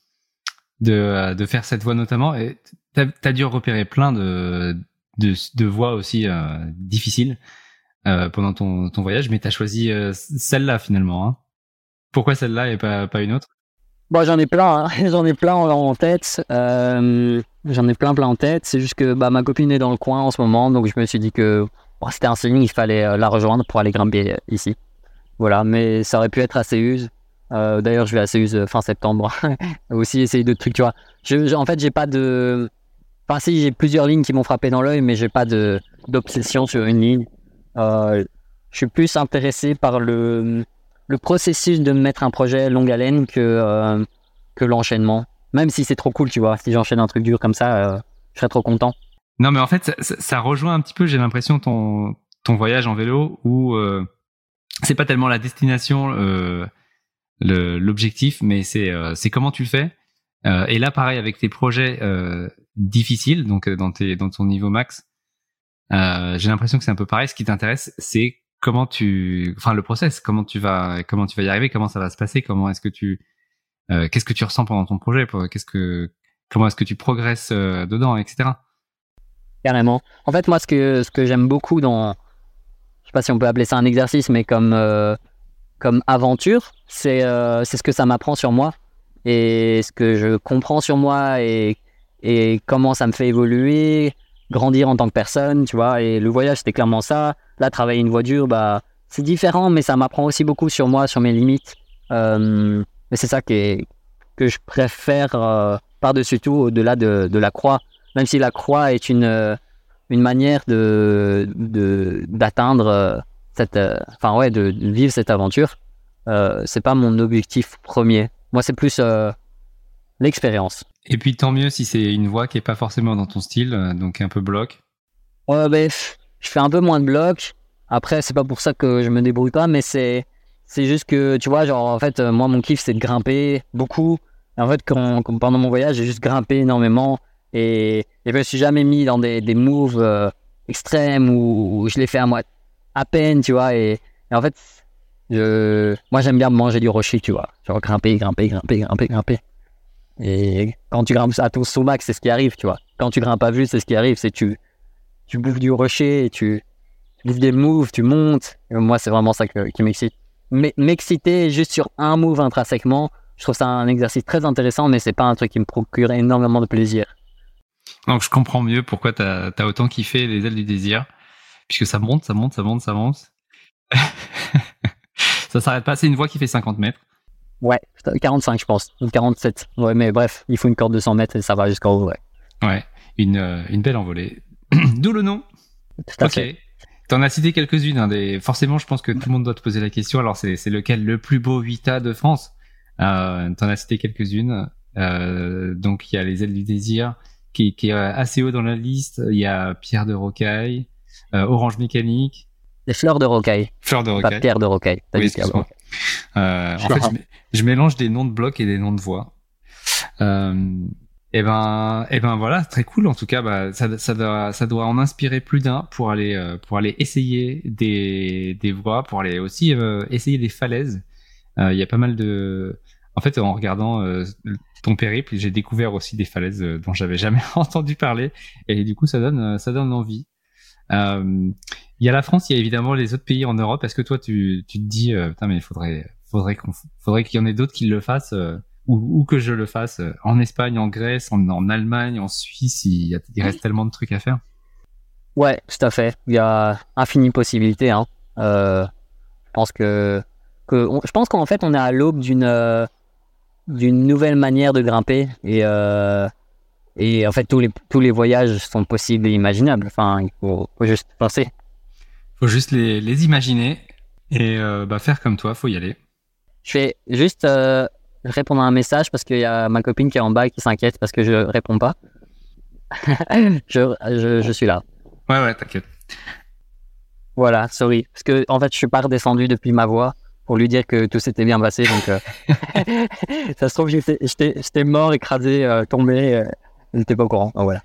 de, de faire cette voie notamment. Et t'as, t'as dû repérer plein de, de, de voies aussi euh, difficiles euh, pendant ton, ton voyage, mais t'as choisi euh, celle-là finalement. Hein. Pourquoi celle-là et pas, pas une autre? Bon, j'en ai plein, hein. J'en ai plein en, en tête. Euh, j'en ai plein, plein en tête. C'est juste que bah, ma copine est dans le coin en ce moment, donc je me suis dit que bon, c'était un signe, il fallait euh, la rejoindre pour aller grimper euh, ici. Voilà, mais ça aurait pu être à Séuse. Euh, d'ailleurs, je vais à Séuse fin septembre. Aussi essayer d'autres trucs, tu vois. Je, je, en fait, j'ai pas de... Enfin, si, j'ai plusieurs lignes qui m'ont frappé dans l'œil, mais j'ai pas de, d'obsession sur une ligne. Euh, je suis plus intéressé par le... le processus de mettre un projet longue haleine que, euh, que l'enchaînement. Même si c'est trop cool, tu vois. Si j'enchaîne un truc dur comme ça, euh, je serais trop content. Non, mais en fait, ça, ça, ça rejoint un petit peu, j'ai l'impression, ton, ton voyage en vélo où euh, c'est pas tellement la destination, euh, le, l'objectif, mais c'est, euh, c'est comment tu le fais. Euh, et là, pareil, avec tes projets euh, difficiles, donc dans, tes, dans ton niveau max, euh, j'ai l'impression que c'est un peu pareil. Ce qui t'intéresse, c'est comment tu, enfin le process, comment tu vas, comment tu vas y arriver, comment ça va se passer, comment est-ce que tu, euh, qu'est-ce que tu ressens pendant ton projet, qu'est-ce que, comment est-ce que tu progresses euh, dedans, et cetera. Carrément. En fait, moi, ce que ce que j'aime beaucoup dans, je sais pas si on peut appeler ça un exercice, mais comme euh, comme aventure, c'est euh, c'est ce que ça m'apprend sur moi et ce que je comprends sur moi et et comment ça me fait évoluer, grandir en tant que personne, tu vois. Et le voyage, c'était clairement ça. Là, travailler une voiture, bah, c'est différent, mais ça m'apprend aussi beaucoup sur moi, sur mes limites. Euh, mais c'est ça qui est, que je préfère euh, par-dessus tout, au-delà de, de la croix. Même si la croix est une, euh, une manière de, de, d'atteindre euh, cette, euh, enfin ouais, de, de vivre cette aventure, euh, c'est pas mon objectif premier. Moi, c'est plus euh, l'expérience. Et puis tant mieux si c'est une voie qui est pas forcément dans ton style, donc un peu bloc. Ouais, ben, je fais un peu moins de blocs. Après, c'est pas pour ça que je me débrouille pas, mais c'est, c'est juste que, tu vois, genre, en fait, euh, moi, mon kiff, c'est de grimper beaucoup. Et en fait, quand, quand- pendant mon voyage, j'ai juste grimpé énormément. Et, et je me suis jamais mis dans des, des moves euh, extrêmes où, où je les fais à moi à peine, tu vois. Et, et en fait, je, moi, j'aime bien manger du rocher, tu vois. Genre, grimper, grimper, grimper, grimper, grimper. Et quand tu grimpes à ton sous-max, c'est ce qui arrive, tu vois. Quand tu grimpes à vue, c'est ce qui arrive, c'est tu, tu bouffes du rocher, et tu, tu bouffes des moves, tu montes. Et moi, c'est vraiment ça que, qui m'excite. Mais m'exciter juste sur un move intrinsèquement, je trouve ça un exercice très intéressant, mais c'est pas un truc qui me procure énormément de plaisir. Donc je comprends mieux pourquoi t'as, t'as autant kiffé les ailes du désir, puisque ça monte, ça monte, ça monte, ça monte. Ça s'arrête pas, c'est une voie qui fait cinquante mètres. Ouais, quarante-cinq je pense, ou quarante-sept. Ouais, mais bref, il faut une corde de cent mètres et ça va jusqu'en haut, ouais. Ouais, une, euh, une belle envolée. D'où le nom. Tout à Ok. fait. T'en as cité quelques-unes. Hein, des... Forcément, je pense que tout le monde doit te poser la question. Alors, c'est, c'est lequel le plus beau huit A de France? Euh, t'en as cité quelques-unes. Euh, donc il y a les ailes du désir qui, qui est assez haut dans la liste. Il y a Pierre de Rocaille, euh, Orange Mécanique. Les fleurs de rocaille. Fleurs de rocaille. Pas Pierre de rocaille. T'as Oui, dit Pierre de rocaille. Euh, en fait, je, je mélange des noms de blocs et des noms de voix. Euh, et ben, et ben voilà, très cool. En tout cas, bah, ça, ça doit, ça doit en inspirer plus d'un pour aller, euh, pour aller essayer des, des voies, pour aller aussi euh, essayer des falaises. Il euh, y a pas mal de. En fait, en regardant euh, ton périple, j'ai découvert aussi des falaises euh, dont j'avais jamais entendu parler, et du coup, ça donne, ça donne envie. Euh, il y a la France, il y a évidemment les autres pays en Europe. Est-ce que toi, tu, tu te dis, euh, putain, mais il faudrait, faudrait qu'on, faudrait qu'il y en ait d'autres qui le fassent, euh, ou, ou que je le fasse euh, en Espagne, en Grèce, en, en Allemagne, en Suisse. Il, y a, il reste tellement de trucs à faire. Ouais, tout à fait. Il y a infini possibilités. Hein. Euh, je pense que, que on, je pense qu'en fait, on est à l'aube d'une euh, d'une nouvelle manière de grimper et euh, et en fait, tous les tous les voyages sont possibles et imaginables. Enfin, il faut, faut juste penser. Faut juste les, les imaginer et euh, bah, faire comme toi, faut y aller. Je vais juste euh, répondre à un message parce qu'il y a ma copine qui est en bas et qui s'inquiète parce que je réponds pas. je, je, je suis là. Ouais, ouais, t'inquiète. Voilà, sorry. Parce que en fait, je suis pas redescendu depuis ma voix pour lui dire que tout s'était bien passé. Donc, euh... ça se trouve, j'étais, j'étais, j'étais mort, écrasé, euh, tombé. Euh... Je n'étais pas au courant. Oh, voilà.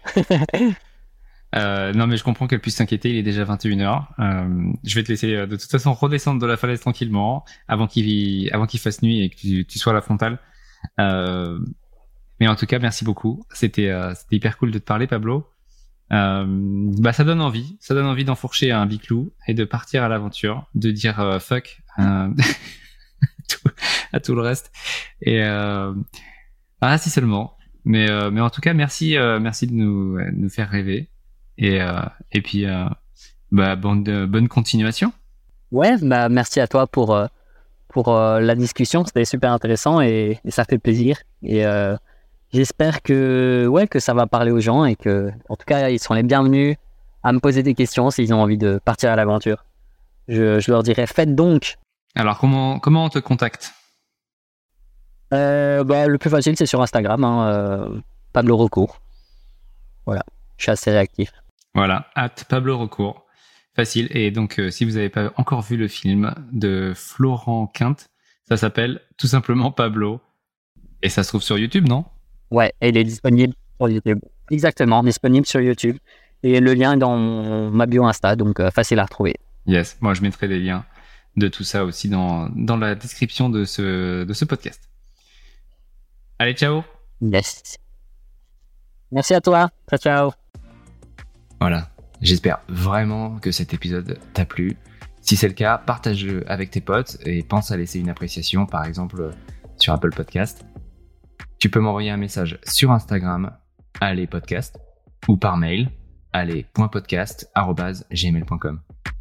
Euh, non, mais je comprends qu'elle puisse s'inquiéter. Il est déjà vingt et une heures. Euh, je vais te laisser euh, de toute façon redescendre de la falaise tranquillement avant qu'il avant qu'il fasse nuit et que tu, tu sois à la frontale. Euh, mais en tout cas, merci beaucoup. C'était euh, c'était hyper cool de te parler, Pablo. Euh, bah, ça donne envie. Ça donne envie d'enfourcher un biclou et de partir à l'aventure, de dire euh, fuck euh, tout, à tout le reste. Et euh, ah, si seulement. Mais euh, mais en tout cas, merci euh, merci de nous de nous faire rêver. Et, euh, et puis, euh, bah, bonne, euh, bonne continuation. Ouais, bah, merci à toi pour, euh, pour euh, la discussion. C'était super intéressant et, et ça fait plaisir. Et euh, j'espère que, ouais, que ça va parler aux gens et que, en tout cas, ils seront les bienvenus à me poser des questions s'ils ont envie de partir à l'aventure. Je, je leur dirais, faites donc. Alors, comment, comment on te contacte ? euh, bah, Le plus facile, c'est sur Instagram, hein, euh, Pablo Recours. Voilà, je suis assez réactif. Voilà, at Pablo Recours. Facile. Et donc, euh, si vous n'avez pas encore vu le film de Florent Quinte, ça s'appelle tout simplement Pablo. Et ça se trouve sur YouTube, non ? Ouais, et il est disponible sur YouTube. Exactement, disponible sur YouTube. Et le lien est dans mon, ma bio Insta, donc euh, facile à retrouver. Yes, moi je mettrai des liens de tout ça aussi dans, dans la description de ce, de ce podcast. Allez, ciao. Yes. Merci à toi. Ciao, ciao. Voilà, j'espère vraiment que cet épisode t'a plu. Si c'est le cas, partage-le avec tes potes et pense à laisser une appréciation, par exemple sur Apple Podcast. Tu peux m'envoyer un message sur Instagram, allez podcast, ou par mail, allez point podcast arobase gmail point com.